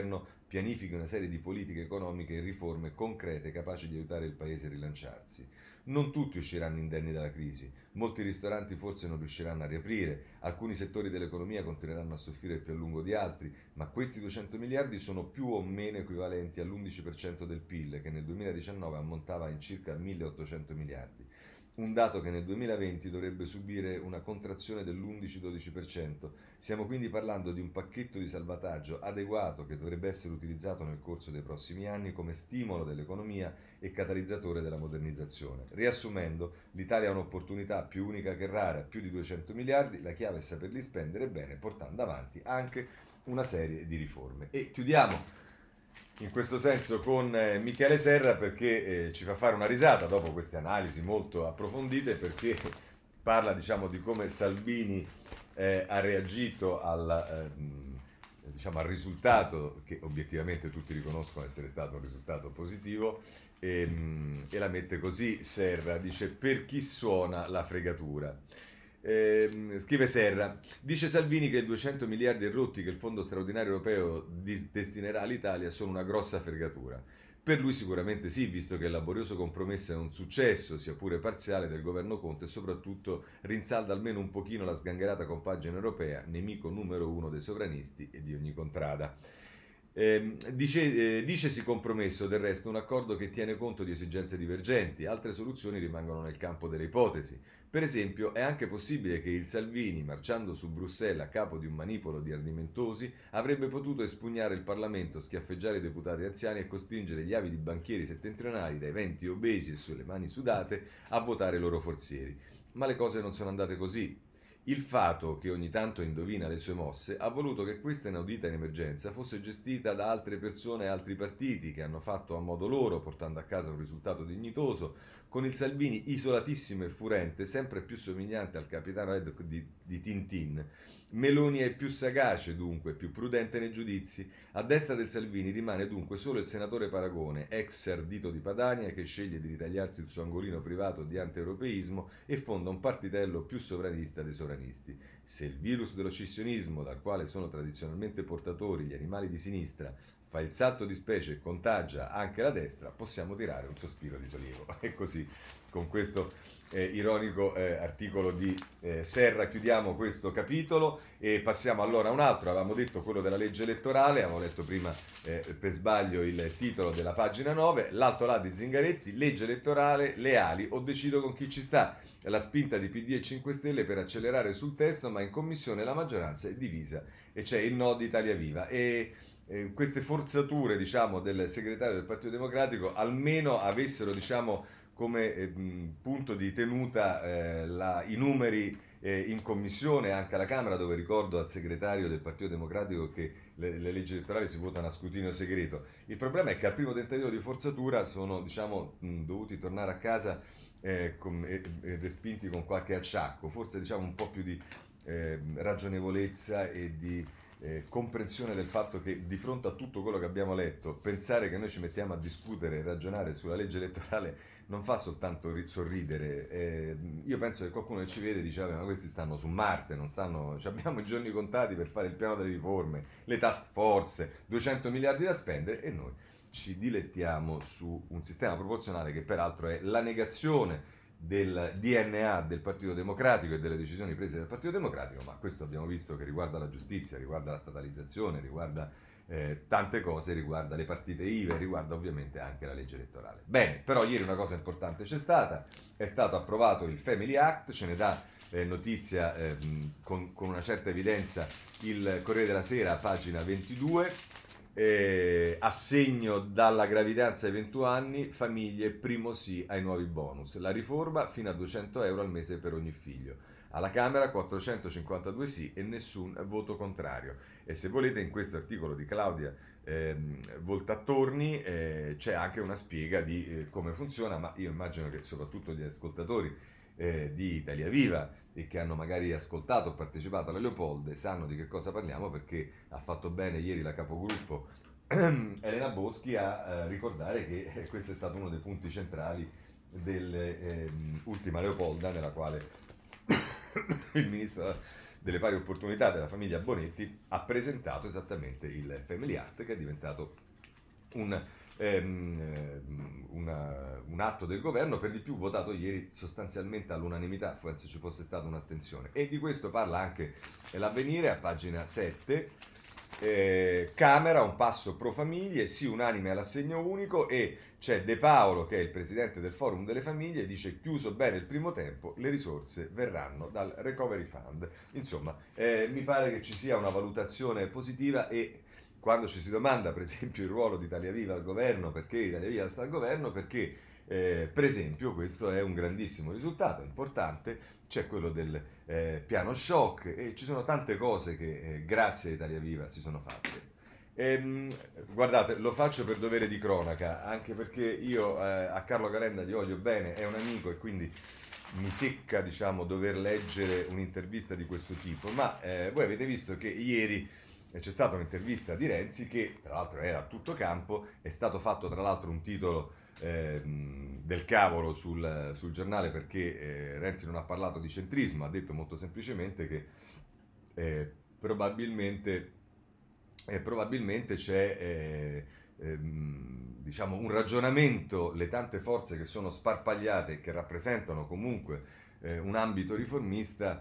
pianifichi una serie di politiche economiche e riforme concrete capaci di aiutare il Paese a rilanciarsi. Non tutti usciranno indenni dalla crisi, molti ristoranti forse non riusciranno a riaprire, alcuni settori dell'economia continueranno a soffrire più a lungo di altri, ma questi duecento miliardi sono più o meno equivalenti all'undici per cento del P I L, che nel duemiladiciannove ammontava in circa milleottocento miliardi. Un dato che nel duemilaventi dovrebbe subire una contrazione dell'undici-dodici per cento. Siamo quindi parlando di un pacchetto di salvataggio adeguato che dovrebbe essere utilizzato nel corso dei prossimi anni come stimolo dell'economia e catalizzatore della modernizzazione. Riassumendo, l'Italia ha un'opportunità più unica che rara, più di duecento miliardi, la chiave è saperli spendere bene, portando avanti anche una serie di riforme. E chiudiamo in questo senso con eh, Michele Serra, perché eh, ci fa fare una risata dopo queste analisi molto approfondite, perché parla, diciamo, di come Salvini eh, ha reagito al, eh, diciamo, al risultato che obiettivamente tutti riconoscono essere stato un risultato positivo, e, e la mette così. Serra dice: per chi suona la fregatura. Eh, scrive Serra, dice Salvini che i duecento miliardi e rotti che il Fondo straordinario europeo dis- destinerà all'Italia sono una grossa fregatura. Per lui sicuramente sì, visto che il laborioso compromesso è un successo, sia pure parziale, del governo Conte, e soprattutto rinsalda almeno un pochino la sgangherata compagine europea, nemico numero uno dei sovranisti e di ogni contrada. Eh, dice, eh, dicesi compromesso, del resto, un accordo che tiene conto di esigenze divergenti, altre soluzioni rimangono nel campo delle ipotesi. Per esempio, è anche possibile che il Salvini, marciando su Bruxelles a capo di un manipolo di ardimentosi, avrebbe potuto espugnare il Parlamento, schiaffeggiare i deputati anziani e costringere gli avidi banchieri settentrionali, dai venti obesi e sulle mani sudate, a votare i loro forzieri. Ma le cose non sono andate così. Il fato, che ogni tanto indovina le sue mosse, ha voluto che questa inaudita emergenza fosse gestita da altre persone e altri partiti che hanno fatto a modo loro, portando a casa un risultato dignitoso, con il Salvini isolatissimo e furente, sempre più somigliante al capitano Haddock di, di Tintin. Meloni è più sagace, dunque, più prudente nei giudizi. A destra del Salvini rimane dunque solo il senatore Paragone, ex ardito di Padania, che sceglie di ritagliarsi il suo angolino privato di anti-europeismo e fonda un partitello più sovranista dei sovranisti. Se il virus dello scissionismo, dal quale sono tradizionalmente portatori gli animali di sinistra, fa il salto di specie e contagia anche la destra, possiamo tirare un sospiro di sollievo. E così, con questo eh, ironico eh, articolo di eh, Serra, chiudiamo questo capitolo e passiamo allora a un altro. Avevamo detto quello della legge elettorale, avevamo letto prima eh, per sbaglio il titolo della pagina nove, l'alto là di Zingaretti: legge elettorale, leali o decido con chi ci sta. La spinta di P D e cinque Stelle per accelerare sul testo, ma in commissione la maggioranza è divisa e c'è il no di Italia Viva. E eh, queste forzature, diciamo, del segretario del Partito Democratico almeno avessero, diciamo, come eh, punto di tenuta eh, la, i numeri eh, in commissione, anche alla Camera, dove ricordo al segretario del Partito Democratico che le, le leggi elettorali si votano a scrutinio segreto. Il problema è che al primo tentativo di forzatura sono, diciamo, mh, dovuti tornare a casa eh, con, eh, eh, respinti con qualche acciacco, forse, diciamo, un po' più di eh, ragionevolezza e di Eh, comprensione del fatto che di fronte a tutto quello che abbiamo letto, pensare che noi ci mettiamo a discutere e ragionare sulla legge elettorale non fa soltanto ri- sorridere. Eh, io penso che qualcuno che ci vede dice: vabbè, ma questi stanno su Marte, non stanno, cioè, abbiamo i giorni contati per fare il piano delle riforme, le task force, duecento miliardi da spendere, e noi ci dilettiamo su un sistema proporzionale che peraltro è la negazione del D N A del Partito Democratico e delle decisioni prese dal Partito Democratico, ma questo abbiamo visto che riguarda la giustizia, riguarda la statalizzazione, riguarda eh, tante cose, riguarda le partite I V A, riguarda ovviamente anche la legge elettorale. Bene, però ieri una cosa importante c'è stata, è stato approvato il Family Act, ce ne dà eh, notizia eh, con, con una certa evidenza il Corriere della Sera, pagina ventidue. Eh, assegno dalla gravidanza ai ventun anni, famiglie, primo sì ai nuovi bonus. La riforma fino a duecento euro al mese per ogni figlio. Alla Camera quattrocentocinquantadue sì e nessun voto contrario. E se volete, in questo articolo di Claudia ehm, Voltattorni eh, c'è anche una spiega di eh, come funziona, ma io immagino che soprattutto gli ascoltatori eh, di Italia Viva e che hanno magari ascoltato o partecipato alla Leopolde sanno di che cosa parliamo, perché ha fatto bene ieri la capogruppo Elena Boschi a eh, ricordare che eh, questo è stato uno dei punti centrali dell'ultima eh, Leopolda, nella quale il ministro delle pari opportunità della famiglia Bonetti ha presentato esattamente il Family Act, che è diventato un, ehm, una, un atto del governo, per di più votato ieri sostanzialmente all'unanimità, forse ci fosse stata un'astensione. E di questo parla anche l'Avvenire a pagina sette. Eh, Camera, un passo pro famiglie, sì unanime all'assegno unico, e c'è De Paolo che è il presidente del forum delle famiglie, dice chiuso bene il primo tempo, le risorse verranno dal recovery fund. Insomma, eh, mi pare che ci sia una valutazione positiva, e quando ci si domanda per esempio il ruolo di Italia Viva al governo, perché Italia Viva sta al governo, perché eh, per esempio questo è un grandissimo risultato, importante, c'è quello del eh, piano shock, e ci sono tante cose che eh, grazie a Italia Viva si sono fatte. Ehm, guardate, lo faccio per dovere di cronaca, anche perché io eh, a Carlo Calenda gli voglio bene, è un amico, e quindi mi secca, diciamo, dover leggere un'intervista di questo tipo, ma eh, voi avete visto che ieri eh, c'è stata un'intervista di Renzi che tra l'altro era a tutto campo, è stato fatto tra l'altro un titolo ehm, del cavolo sul, sul giornale, perché eh, Renzi non ha parlato di centrismo, ha detto molto semplicemente che eh, probabilmente, eh, probabilmente c'è eh, ehm, diciamo un ragionamento, le tante forze che sono sparpagliate e che rappresentano comunque eh, un ambito riformista,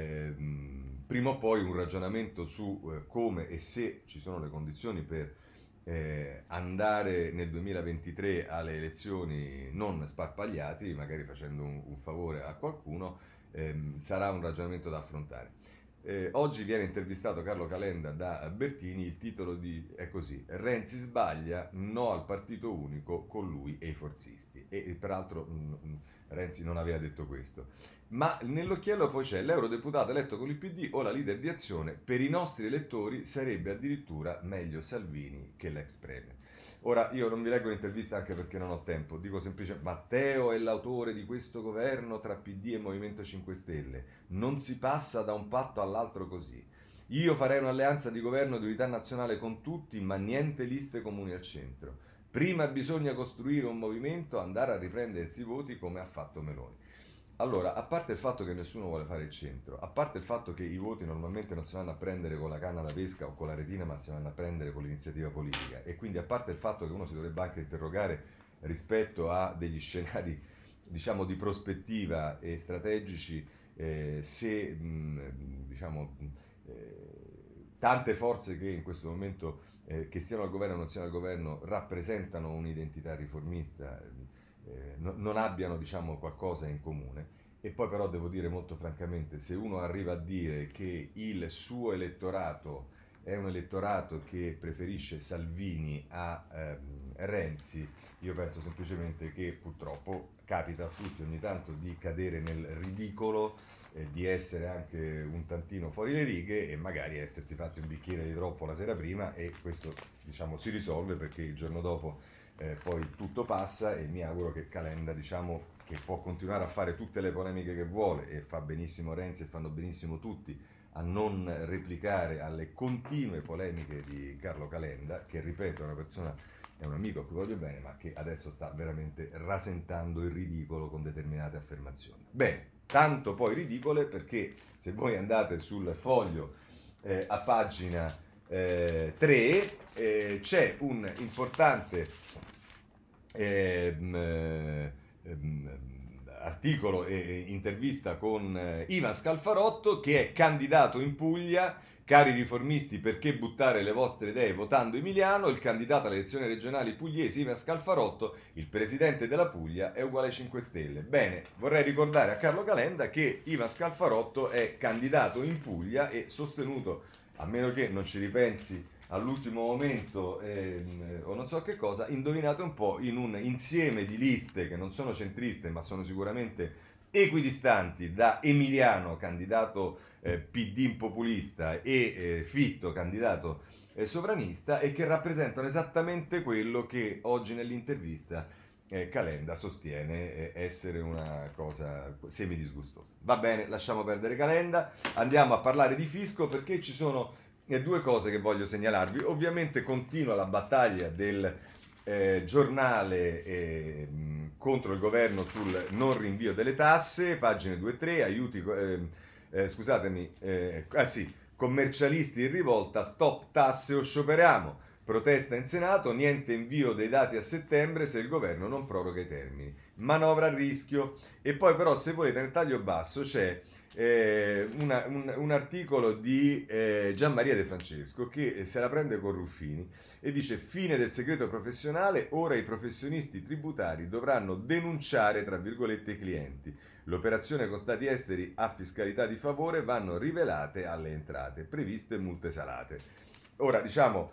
ehm, prima o poi un ragionamento su eh, come e se ci sono le condizioni per eh, andare nel duemilaventitré alle elezioni non sparpagliati, magari facendo un, un favore a qualcuno, ehm, sarà un ragionamento da affrontare. Eh, oggi viene intervistato Carlo Calenda da Bertini, il titolo di, è così: Renzi sbaglia, no al partito unico, con lui e i forzisti. E, e peraltro mh, mh, Renzi non aveva detto questo. Ma nell'occhiello poi c'è l'eurodeputato eletto con il P D o la leader di Azione, per i nostri elettori sarebbe addirittura meglio Salvini che l'ex premier. Ora, io non vi leggo l'intervista anche perché non ho tempo, dico semplicemente: Matteo è l'autore di questo governo tra P D e Movimento cinque Stelle, non si passa da un patto all'altro così. Io farei un'alleanza di governo di unità nazionale con tutti, ma niente liste comuni al centro. Prima bisogna costruire un movimento, andare a riprendersi i voti come ha fatto Meloni. Allora, a parte il fatto che nessuno vuole fare il centro, a parte il fatto che i voti normalmente non si vanno a prendere con la canna da pesca o con la retina, ma si vanno a prendere con l'iniziativa politica, e quindi a parte il fatto che uno si dovrebbe anche interrogare rispetto a degli scenari, diciamo, di prospettiva e strategici, eh, se mh, diciamo eh, tante forze che in questo momento eh, che siano al governo o non siano al governo rappresentano un'identità riformista, eh, no, non abbiano, diciamo, qualcosa in comune. E poi però devo dire molto francamente, se uno arriva a dire che il suo elettorato è un elettorato che preferisce Salvini a ehm, Renzi, io penso semplicemente che purtroppo capita a tutti ogni tanto di cadere nel ridicolo, eh, di essere anche un tantino fuori le righe, e magari essersi fatti un bicchiere di troppo la sera prima, e questo, diciamo, si risolve perché il giorno dopo eh, poi tutto passa. E mi auguro che Calenda, diciamo, che può continuare a fare tutte le polemiche che vuole, e fa benissimo Renzi e fanno benissimo tutti a non replicare alle continue polemiche di Carlo Calenda, che ripeto è una persona, è un amico a cui voglio bene, ma che adesso sta veramente rasentando il ridicolo con determinate affermazioni. Bene, tanto poi ridicole, perché se voi andate sul Foglio eh, a pagina eh, tre eh, c'è un importante ehm, ehm, articolo e intervista con eh, Ivan Scalfarotto, che è candidato in Puglia. Cari riformisti, perché buttare le vostre idee votando Emiliano? Il candidato alle elezioni regionali pugliesi, Ivan Scalfarotto, il presidente della Puglia, è uguale cinque Stelle. Bene, vorrei ricordare a Carlo Calenda che Ivan Scalfarotto è candidato in Puglia e sostenuto, a meno che non ci ripensi all'ultimo momento ehm, o non so che cosa, indovinate un po', in un insieme di liste che non sono centriste ma sono sicuramente equidistanti, da Emiliano, candidato eh, P D populista, e eh, Fitto, candidato eh, sovranista, e che rappresentano esattamente quello che oggi nell'intervista eh, Calenda sostiene eh, essere una cosa semidisgustosa. Va bene, lasciamo perdere Calenda, andiamo a parlare di fisco, perché ci sono e due cose che voglio segnalarvi. Ovviamente continua la battaglia del eh, giornale eh, contro il governo sul non rinvio delle tasse, pagine due e tre, aiuti, eh, eh, scusatemi, eh, ah sì, commercialisti in rivolta, stop tasse o scioperiamo. Protesta in Senato, niente invio dei dati a settembre se il governo non proroga i termini. Manovra a rischio. E poi però, se volete, nel taglio basso c'è eh, una, un, un articolo di eh, Gianmaria De Francesco che se la prende con Ruffini e dice: fine del segreto professionale, ora i professionisti tributari dovranno denunciare, tra virgolette, i clienti. L'operazione con stati esteri a fiscalità di favore vanno rivelate alle entrate, previste multe salate. Ora, diciamo,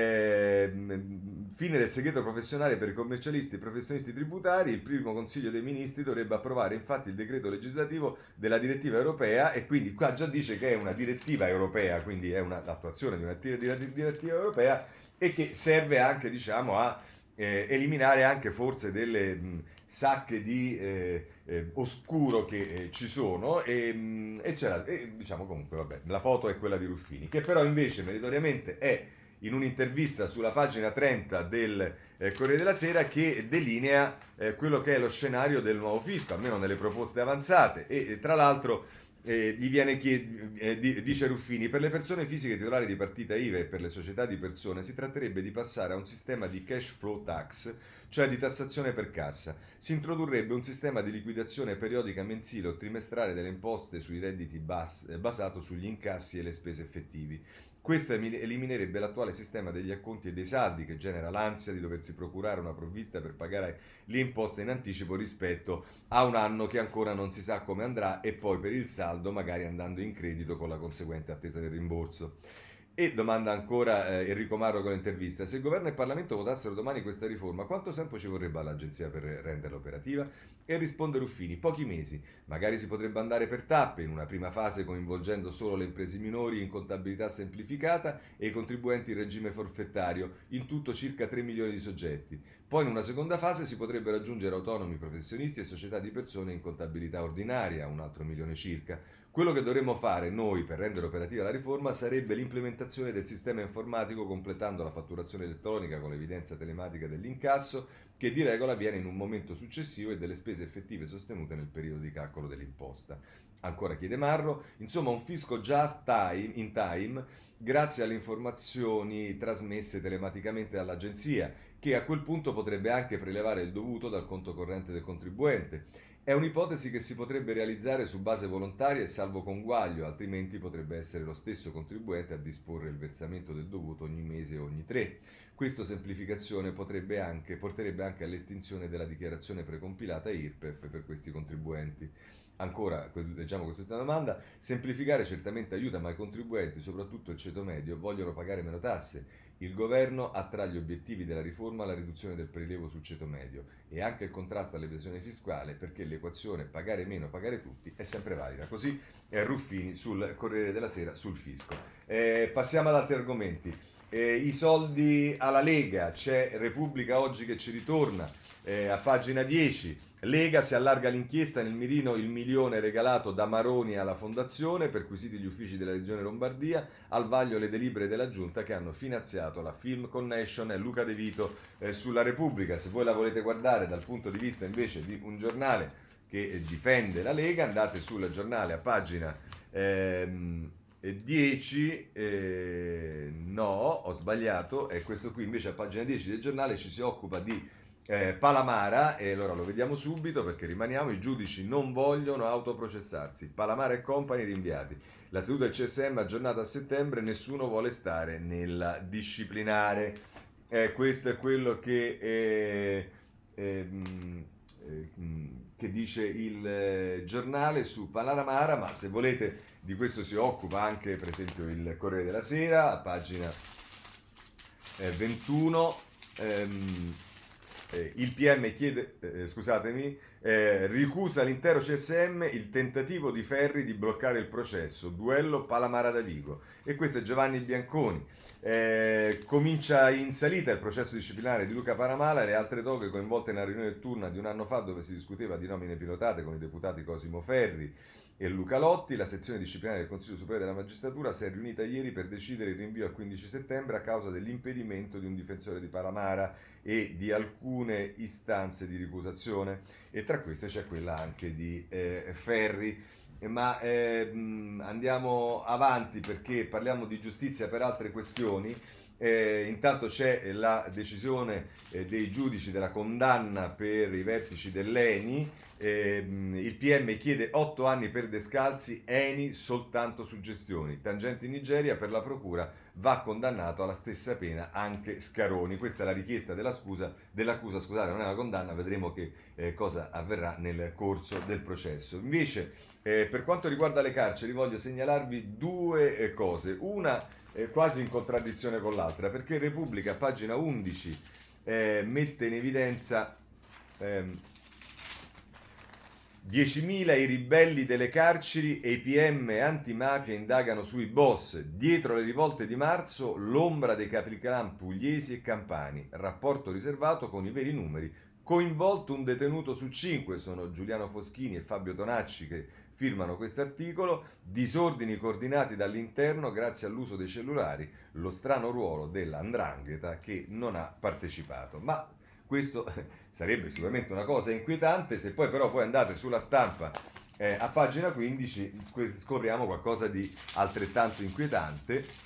eh, fine del segreto professionale per i commercialisti e professionisti tributari, il primo Consiglio dei Ministri dovrebbe approvare infatti il decreto legislativo della direttiva europea, e quindi qua già dice che è una direttiva europea, quindi è una, l'attuazione di una direttiva europea, e che serve anche, diciamo, a eh, eliminare anche forse delle mh, sacche di eh, eh, oscuro che eh, ci sono, e, mh, e, c'era, e diciamo comunque vabbè, la foto è quella di Ruffini, che però invece meritoriamente è in un'intervista sulla pagina trenta del eh, Corriere della Sera, che delinea eh, quello che è lo scenario del nuovo fisco, almeno nelle proposte avanzate, e, e tra l'altro eh, gli viene chied- eh, di- dice Ruffini: per le persone fisiche titolari di partita I V A e per le società di persone si tratterebbe di passare a un sistema di cash flow tax, cioè di tassazione per cassa. Si introdurrebbe un sistema di liquidazione periodica mensile o trimestrale delle imposte sui redditi bas- eh, basato sugli incassi e le spese effettivi. Questo eliminerebbe l'attuale sistema degli acconti e dei saldi, che genera l'ansia di doversi procurare una provvista per pagare le imposte in anticipo rispetto a un anno che ancora non si sa come andrà, e poi per il saldo magari andando in credito con la conseguente attesa del rimborso. E domanda ancora eh, Enrico Marro con l'intervista: se il governo e il Parlamento votassero domani questa riforma, quanto tempo ci vorrebbe all'agenzia per renderla operativa? E risponde Ruffini: pochi mesi. Magari si potrebbe andare per tappe, in una prima fase coinvolgendo solo le imprese minori in contabilità semplificata e i contribuenti in regime forfettario, in tutto circa tre milioni di soggetti. Poi in una seconda fase si potrebbero aggiungere autonomi, professionisti e società di persone in contabilità ordinaria, un altro milione circa. Quello che dovremmo fare noi per rendere operativa la riforma sarebbe l'implementazione del sistema informatico, completando la fatturazione elettronica con l'evidenza telematica dell'incasso, che di regola avviene in un momento successivo, e delle spese effettive sostenute nel periodo di calcolo dell'imposta. Ancora chiede Marro: insomma un fisco just time, in time, grazie alle informazioni trasmesse telematicamente dall'agenzia, che a quel punto potrebbe anche prelevare il dovuto dal conto corrente del contribuente. È un'ipotesi che si potrebbe realizzare su base volontaria e salvo conguaglio, altrimenti potrebbe essere lo stesso contribuente a disporre il versamento del dovuto ogni mese o ogni tre. Questa semplificazione potrebbe anche, porterebbe anche all'estinzione della dichiarazione precompilata I R P E F per questi contribuenti. Ancora, leggiamo quest'ultima domanda: semplificare certamente aiuta, ma i contribuenti, soprattutto il ceto medio, vogliono pagare meno tasse. Il governo ha tra gli obiettivi della riforma la riduzione del prelievo sul ceto medio e anche il contrasto all'evasione fiscale, perché l'equazione pagare meno, pagare tutti è sempre valida. Così è Ruffini sul Corriere della Sera sul fisco. Eh, passiamo ad altri argomenti. Eh, I soldi alla Lega, c'è Repubblica oggi che ci ritorna eh, a pagina dieci. Lega, si allarga l'inchiesta, nel mirino il milione regalato da Maroni alla fondazione, perquisiti gli uffici della regione Lombardia, al vaglio le delibere della giunta che hanno finanziato la Film Connection e Luca De Vito eh, sulla Repubblica. Se voi la volete guardare dal punto di vista invece di un giornale che eh, difende la Lega, andate sul giornale a pagina ehm, dieci, eh, no, ho sbagliato, è questo qui invece a pagina dieci del giornale, ci si occupa di Eh, Palamara, e allora lo vediamo subito perché rimaniamo: i giudici non vogliono autoprocessarsi, Palamara e compagni rinviati, la seduta del C S M aggiornata a settembre, nessuno vuole stare nella disciplinare. Eh, questo è quello che, eh, eh, eh, che dice il eh, giornale su Palamara, ma se volete di questo si occupa anche per esempio il Corriere della Sera a pagina eh, ventuno. ehm, Eh, il P M chiede, eh, scusatemi, eh, ricusa l'intero C S M il tentativo di Ferri di bloccare il processo, duello Palamara da Vigo. E questo è Giovanni Bianconi. Eh, comincia in salita il processo disciplinare di Luca Palamara e le altre toghe coinvolte nella riunione notturna di un anno fa, dove si discuteva di nomine pilotate con i deputati Cosimo Ferri e Luca Lotti. La sezione disciplinare del Consiglio Superiore della Magistratura si è riunita ieri per decidere il rinvio al quindici settembre a causa dell'impedimento di un difensore di Palamara e di alcune istanze di ricusazione, e tra queste c'è quella anche di eh, Ferri. Ma eh, andiamo avanti perché parliamo di giustizia per altre questioni. Eh, intanto c'è la decisione eh, dei giudici della condanna per i vertici dell'Eni. Eh, il P M chiede otto anni per Descalzi, Eni soltanto suggestioni. Tangenti in Nigeria, per la procura va condannato alla stessa pena anche Scaroni. Questa è la richiesta della scusa, dell'accusa, scusate, non è una condanna, vedremo che eh, cosa avverrà nel corso del processo. Invece, eh, per quanto riguarda le carceri, voglio segnalarvi due eh, cose. Una eh, quasi in contraddizione con l'altra, perché Repubblica, pagina undici, eh, mette in evidenza ehm, diecimila i ribelli delle carceri e i P M antimafia indagano sui boss. Dietro le rivolte di marzo, l'ombra dei capiclan pugliesi e campani. Rapporto riservato con i veri numeri. Coinvolto un detenuto su cinque, sono Giuliano Foschini e Fabio Tonacci che firmano questo articolo. Disordini coordinati dall'interno grazie all'uso dei cellulari, lo strano ruolo della 'ndrangheta che non ha partecipato. Ma questo sarebbe sicuramente una cosa inquietante. Se poi però voi andate sulla Stampa eh, a pagina quindici scopriamo qualcosa di altrettanto inquietante.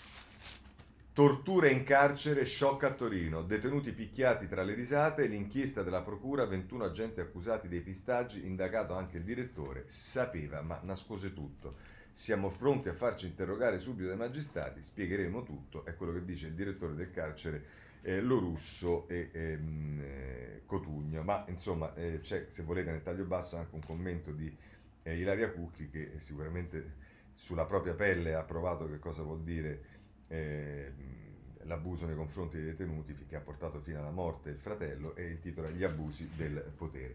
Torture in carcere, shock a Torino, detenuti picchiati tra le risate, l'inchiesta della procura, ventuno agenti accusati dei pistaggi, indagato anche il direttore, sapeva ma nascose tutto. Siamo pronti a farci interrogare subito dai magistrati, spiegheremo tutto, è quello che dice il direttore del carcere eh, Lorusso e ehm, eh, Cotugno. Ma insomma eh, c'è, se volete, nel taglio basso anche un commento di eh, Ilaria Cucchi, che sicuramente sulla propria pelle ha provato che cosa vuol dire Eh, l'abuso nei confronti dei detenuti che ha portato fino alla morte del fratello, e il titolo è Gli abusi del potere.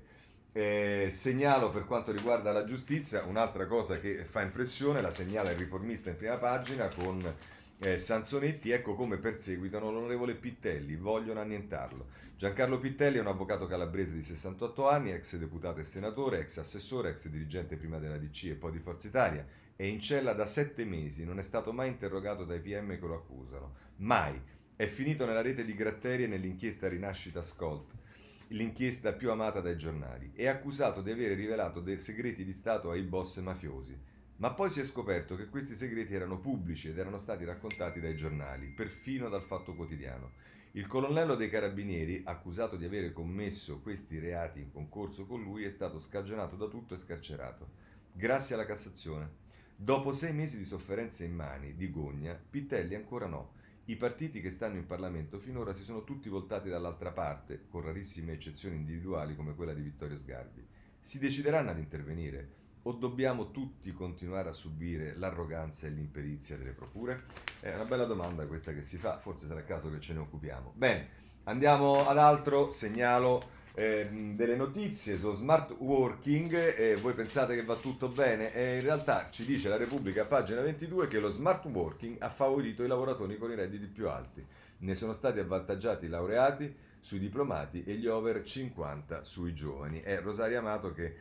Eh, segnalo per quanto riguarda la giustizia un'altra cosa che fa impressione, la segnala il Riformista in prima pagina con eh, Sansonetti, ecco come perseguitano l'onorevole Pittelli, vogliono annientarlo. Giancarlo Pittelli è un avvocato calabrese di sessantotto anni, ex deputato e senatore, ex assessore, ex dirigente prima della D C e poi di Forza Italia. È in cella da sette mesi, non è stato mai interrogato dai P M che lo accusano. Mai. È finito nella rete di Gratteri e nell'inchiesta Rinascita Scolt, l'inchiesta più amata dai giornali. È accusato di avere rivelato dei segreti di Stato ai boss mafiosi. Ma poi si è scoperto che questi segreti erano pubblici ed erano stati raccontati dai giornali, perfino dal Fatto Quotidiano. Il colonnello dei carabinieri, accusato di avere commesso questi reati in concorso con lui, è stato scagionato da tutto e scarcerato. Grazie alla Cassazione. Dopo sei mesi di sofferenze immani, di gogna, Pittelli ancora no. I partiti che stanno in Parlamento finora si sono tutti voltati dall'altra parte, con rarissime eccezioni individuali come quella di Vittorio Sgarbi. Si decideranno ad intervenire? O dobbiamo tutti continuare a subire l'arroganza e l'imperizia delle procure? È una bella domanda questa che si fa, forse sarà il caso che ce ne occupiamo. Bene, andiamo ad altro, segnalo Eh, delle notizie sullo smart working. Eh, voi pensate che va tutto bene? Eh, in realtà ci dice la Repubblica, pagina ventidue, che lo smart working ha favorito i lavoratori con i redditi più alti. Ne sono stati avvantaggiati i laureati sui diplomati e gli over cinquanta sui giovani. È Rosaria Amato che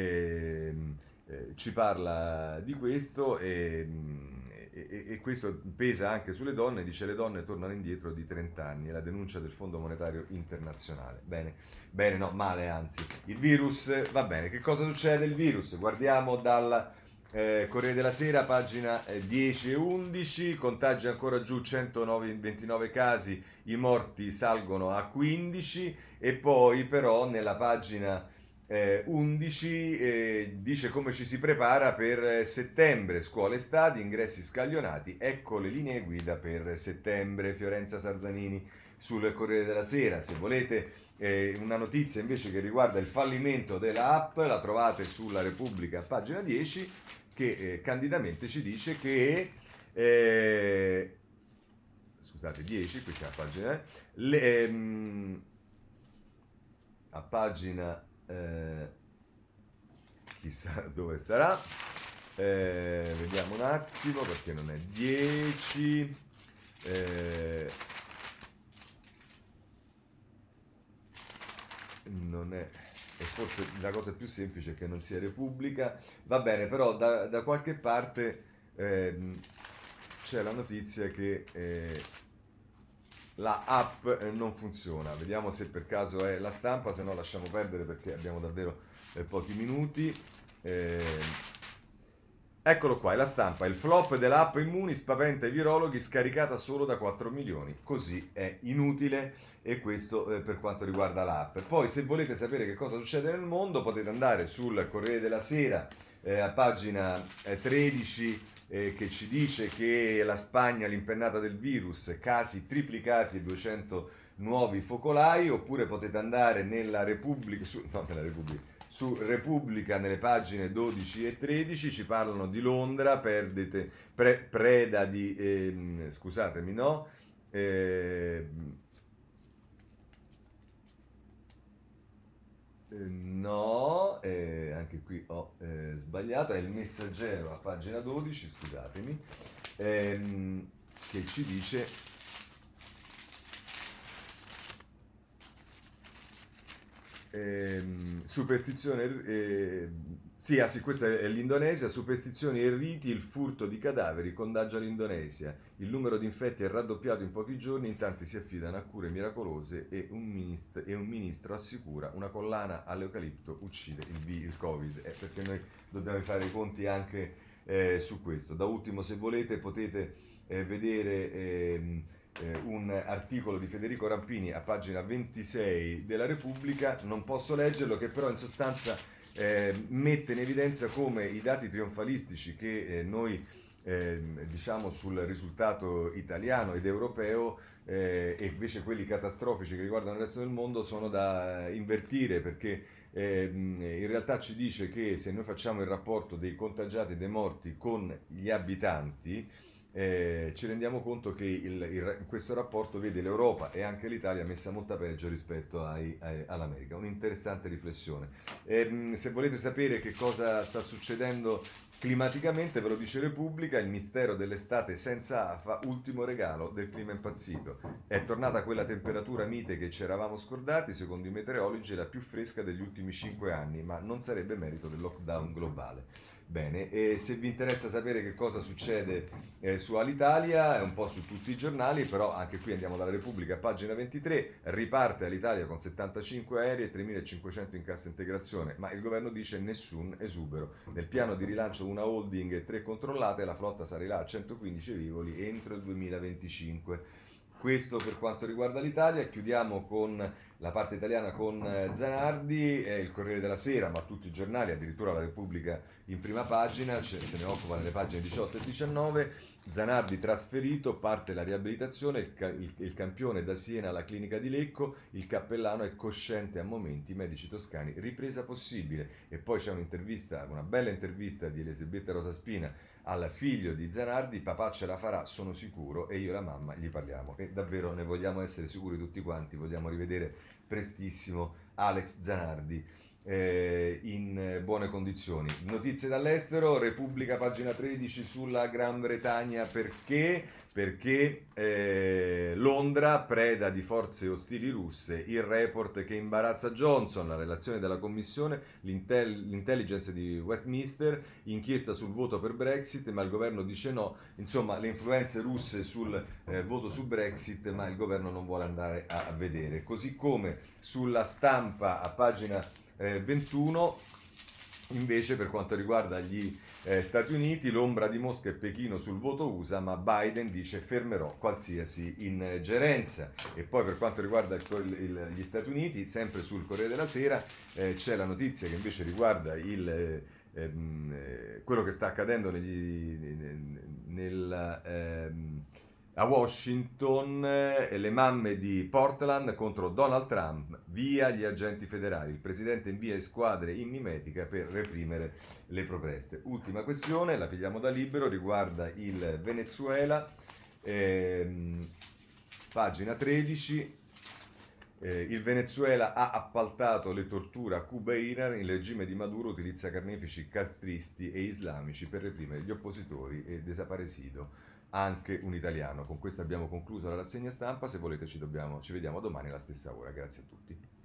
eh, eh, ci parla di questo e, e, e questo pesa anche sulle donne. Dice: le donne tornano indietro di trenta anni, è la denuncia del Fondo Monetario Internazionale. Bene, bene, no, male anzi. Il virus, va bene, che cosa succede il virus? Guardiamo dal eh, Corriere della Sera, pagina eh, dieci e undici, contagi ancora giù, centoventinove casi, i morti salgono a quindici, e poi però nella pagina Eh, undici eh, dice come ci si prepara per settembre, scuole e stadi, ingressi scaglionati, ecco le linee guida per settembre. Fiorenza Sarzanini sul Corriere della Sera. Se volete eh, una notizia invece che riguarda il fallimento della app, la trovate sulla Repubblica, pagina dieci, che eh, candidamente ci dice che eh, scusate, dieci, qui c'è la pagina eh, le, ehm, a pagina Eh, chissà dove sarà, eh, vediamo un attimo perché non è dieci, eh, non è, e forse la cosa più semplice è che non sia Repubblica, va bene, però da, da qualche parte ehm, c'è la notizia che eh, la app non funziona. Vediamo se per caso è la Stampa, se no lasciamo perdere perché abbiamo davvero eh, pochi minuti. Eh, Eccolo qua, è la stampa. Il flop dell'app Immuni spaventa i virologhi, scaricata solo da quattro milioni. Così è inutile, e questo eh, per quanto riguarda l'app. Poi, se volete sapere che cosa succede nel mondo, potete andare sul Corriere della Sera, eh, a pagina eh, tredici, eh, che ci dice che la Spagna, l'impennata del virus, casi triplicati e duecento nuovi focolai. Oppure potete andare nella Repubblica, su, no, nella Repubblica, su Repubblica, nelle pagine dodici e tredici, ci parlano di Londra, perdete, pre, preda di, ehm, scusatemi, no, ehm, eh, no, eh, anche qui ho eh, sbagliato, è il Messaggero a pagina dodici, scusatemi, ehm, che ci dice ehm, superstizione, eh, sì, ah, sì, questa è l'Indonesia, superstizioni e riti, il furto di cadaveri contagia l'Indonesia, il numero di infetti è raddoppiato in pochi giorni, in tanti si affidano a cure miracolose, e un, minist- e un ministro assicura una collana all'eucalipto uccide il, vi- il Covid. Eh, perché noi dobbiamo fare i conti anche eh, su questo. Da ultimo, se volete, potete eh, vedere ehm, eh, un articolo di Federico Rampini a pagina ventisei della Repubblica. Non posso leggerlo, che però in sostanza eh, mette in evidenza come i dati trionfalistici che eh, noi eh, diciamo sul risultato italiano ed europeo, eh, e invece quelli catastrofici che riguardano il resto del mondo, sono da invertire, perché eh, in realtà ci dice che se noi facciamo il rapporto dei contagiati e dei morti con gli abitanti, eh, ci rendiamo conto che il, il, questo rapporto vede l'Europa e anche l'Italia messa molto peggio rispetto ai, ai, all'America. Un'interessante riflessione. E, se volete sapere che cosa sta succedendo climaticamente, ve lo dice Repubblica: il mistero dell'estate senza afa, ultimo regalo del clima impazzito. È tornata quella temperatura mite che ci eravamo scordati, secondo i meteorologi è la più fresca degli ultimi cinque anni, ma non sarebbe merito del lockdown globale. Bene, e se vi interessa sapere che cosa succede eh, su Alitalia, è un po' su tutti i giornali, però anche qui andiamo dalla Repubblica, pagina ventitré, riparte Alitalia con settantacinque aerei e tremilacinquecento in cassa integrazione, ma il governo dice nessun esubero. Nel piano di rilancio una holding e tre controllate, la flotta salirà a centoquindici velivoli entro il duemilaventicinque. Questo per quanto riguarda l'Italia. Chiudiamo con la parte italiana con eh, Zanardi, eh, il Corriere della Sera, ma tutti i giornali, addirittura la Repubblica in prima pagina, se ne occupa nelle pagine diciotto e diciannove. Zanardi trasferito, parte la riabilitazione, il, il, il campione da Siena alla clinica di Lecco, il cappellano è cosciente a momenti, i medici toscani, ripresa possibile. E poi c'è un'intervista, una bella intervista di Elisabetta Rosaspina al figlio di Zanardi: papà ce la farà, sono sicuro, e io e la mamma gli parliamo. E davvero ne vogliamo essere sicuri tutti quanti, vogliamo rivedere prestissimo Alex Zanardi eh, in buone condizioni. Notizie dall'estero, Repubblica pagina tredici sulla Gran Bretagna, perché? Perché eh, Londra, preda di forze ostili russe, il report che imbarazza Johnson, la relazione della commissione, l'intel- l'intelligence di Westminster, inchiesta sul voto per Brexit, ma il governo dice no, insomma le influenze russe sul eh, voto su Brexit, ma il governo non vuole andare a, a vedere. Così come sulla Stampa a pagina eh, ventuno, invece, per quanto riguarda gli eh, Stati Uniti, l'ombra di Mosca e Pechino sul voto U S A, ma Biden dice fermerò qualsiasi ingerenza. E poi per quanto riguarda il, il, gli Stati Uniti, sempre sul Corriere della Sera, eh, c'è la notizia che invece riguarda il, eh, eh, quello che sta accadendo negli, nel, nel ehm, a Washington, eh, le mamme di Portland contro Donald Trump, via gli agenti federali. Il presidente invia squadre in mimetica per reprimere le proteste. Ultima questione, la pigliamo da Libero, riguarda il Venezuela, ehm, pagina tredici. Eh, il Venezuela ha appaltato le torture a Cuba e Iran, il regime di Maduro utilizza carnefici castristi e islamici per reprimere gli oppositori e desaparecido anche un italiano. Con questo abbiamo concluso la rassegna stampa, se volete ci, dobbiamo, ci vediamo domani alla stessa ora, grazie a tutti.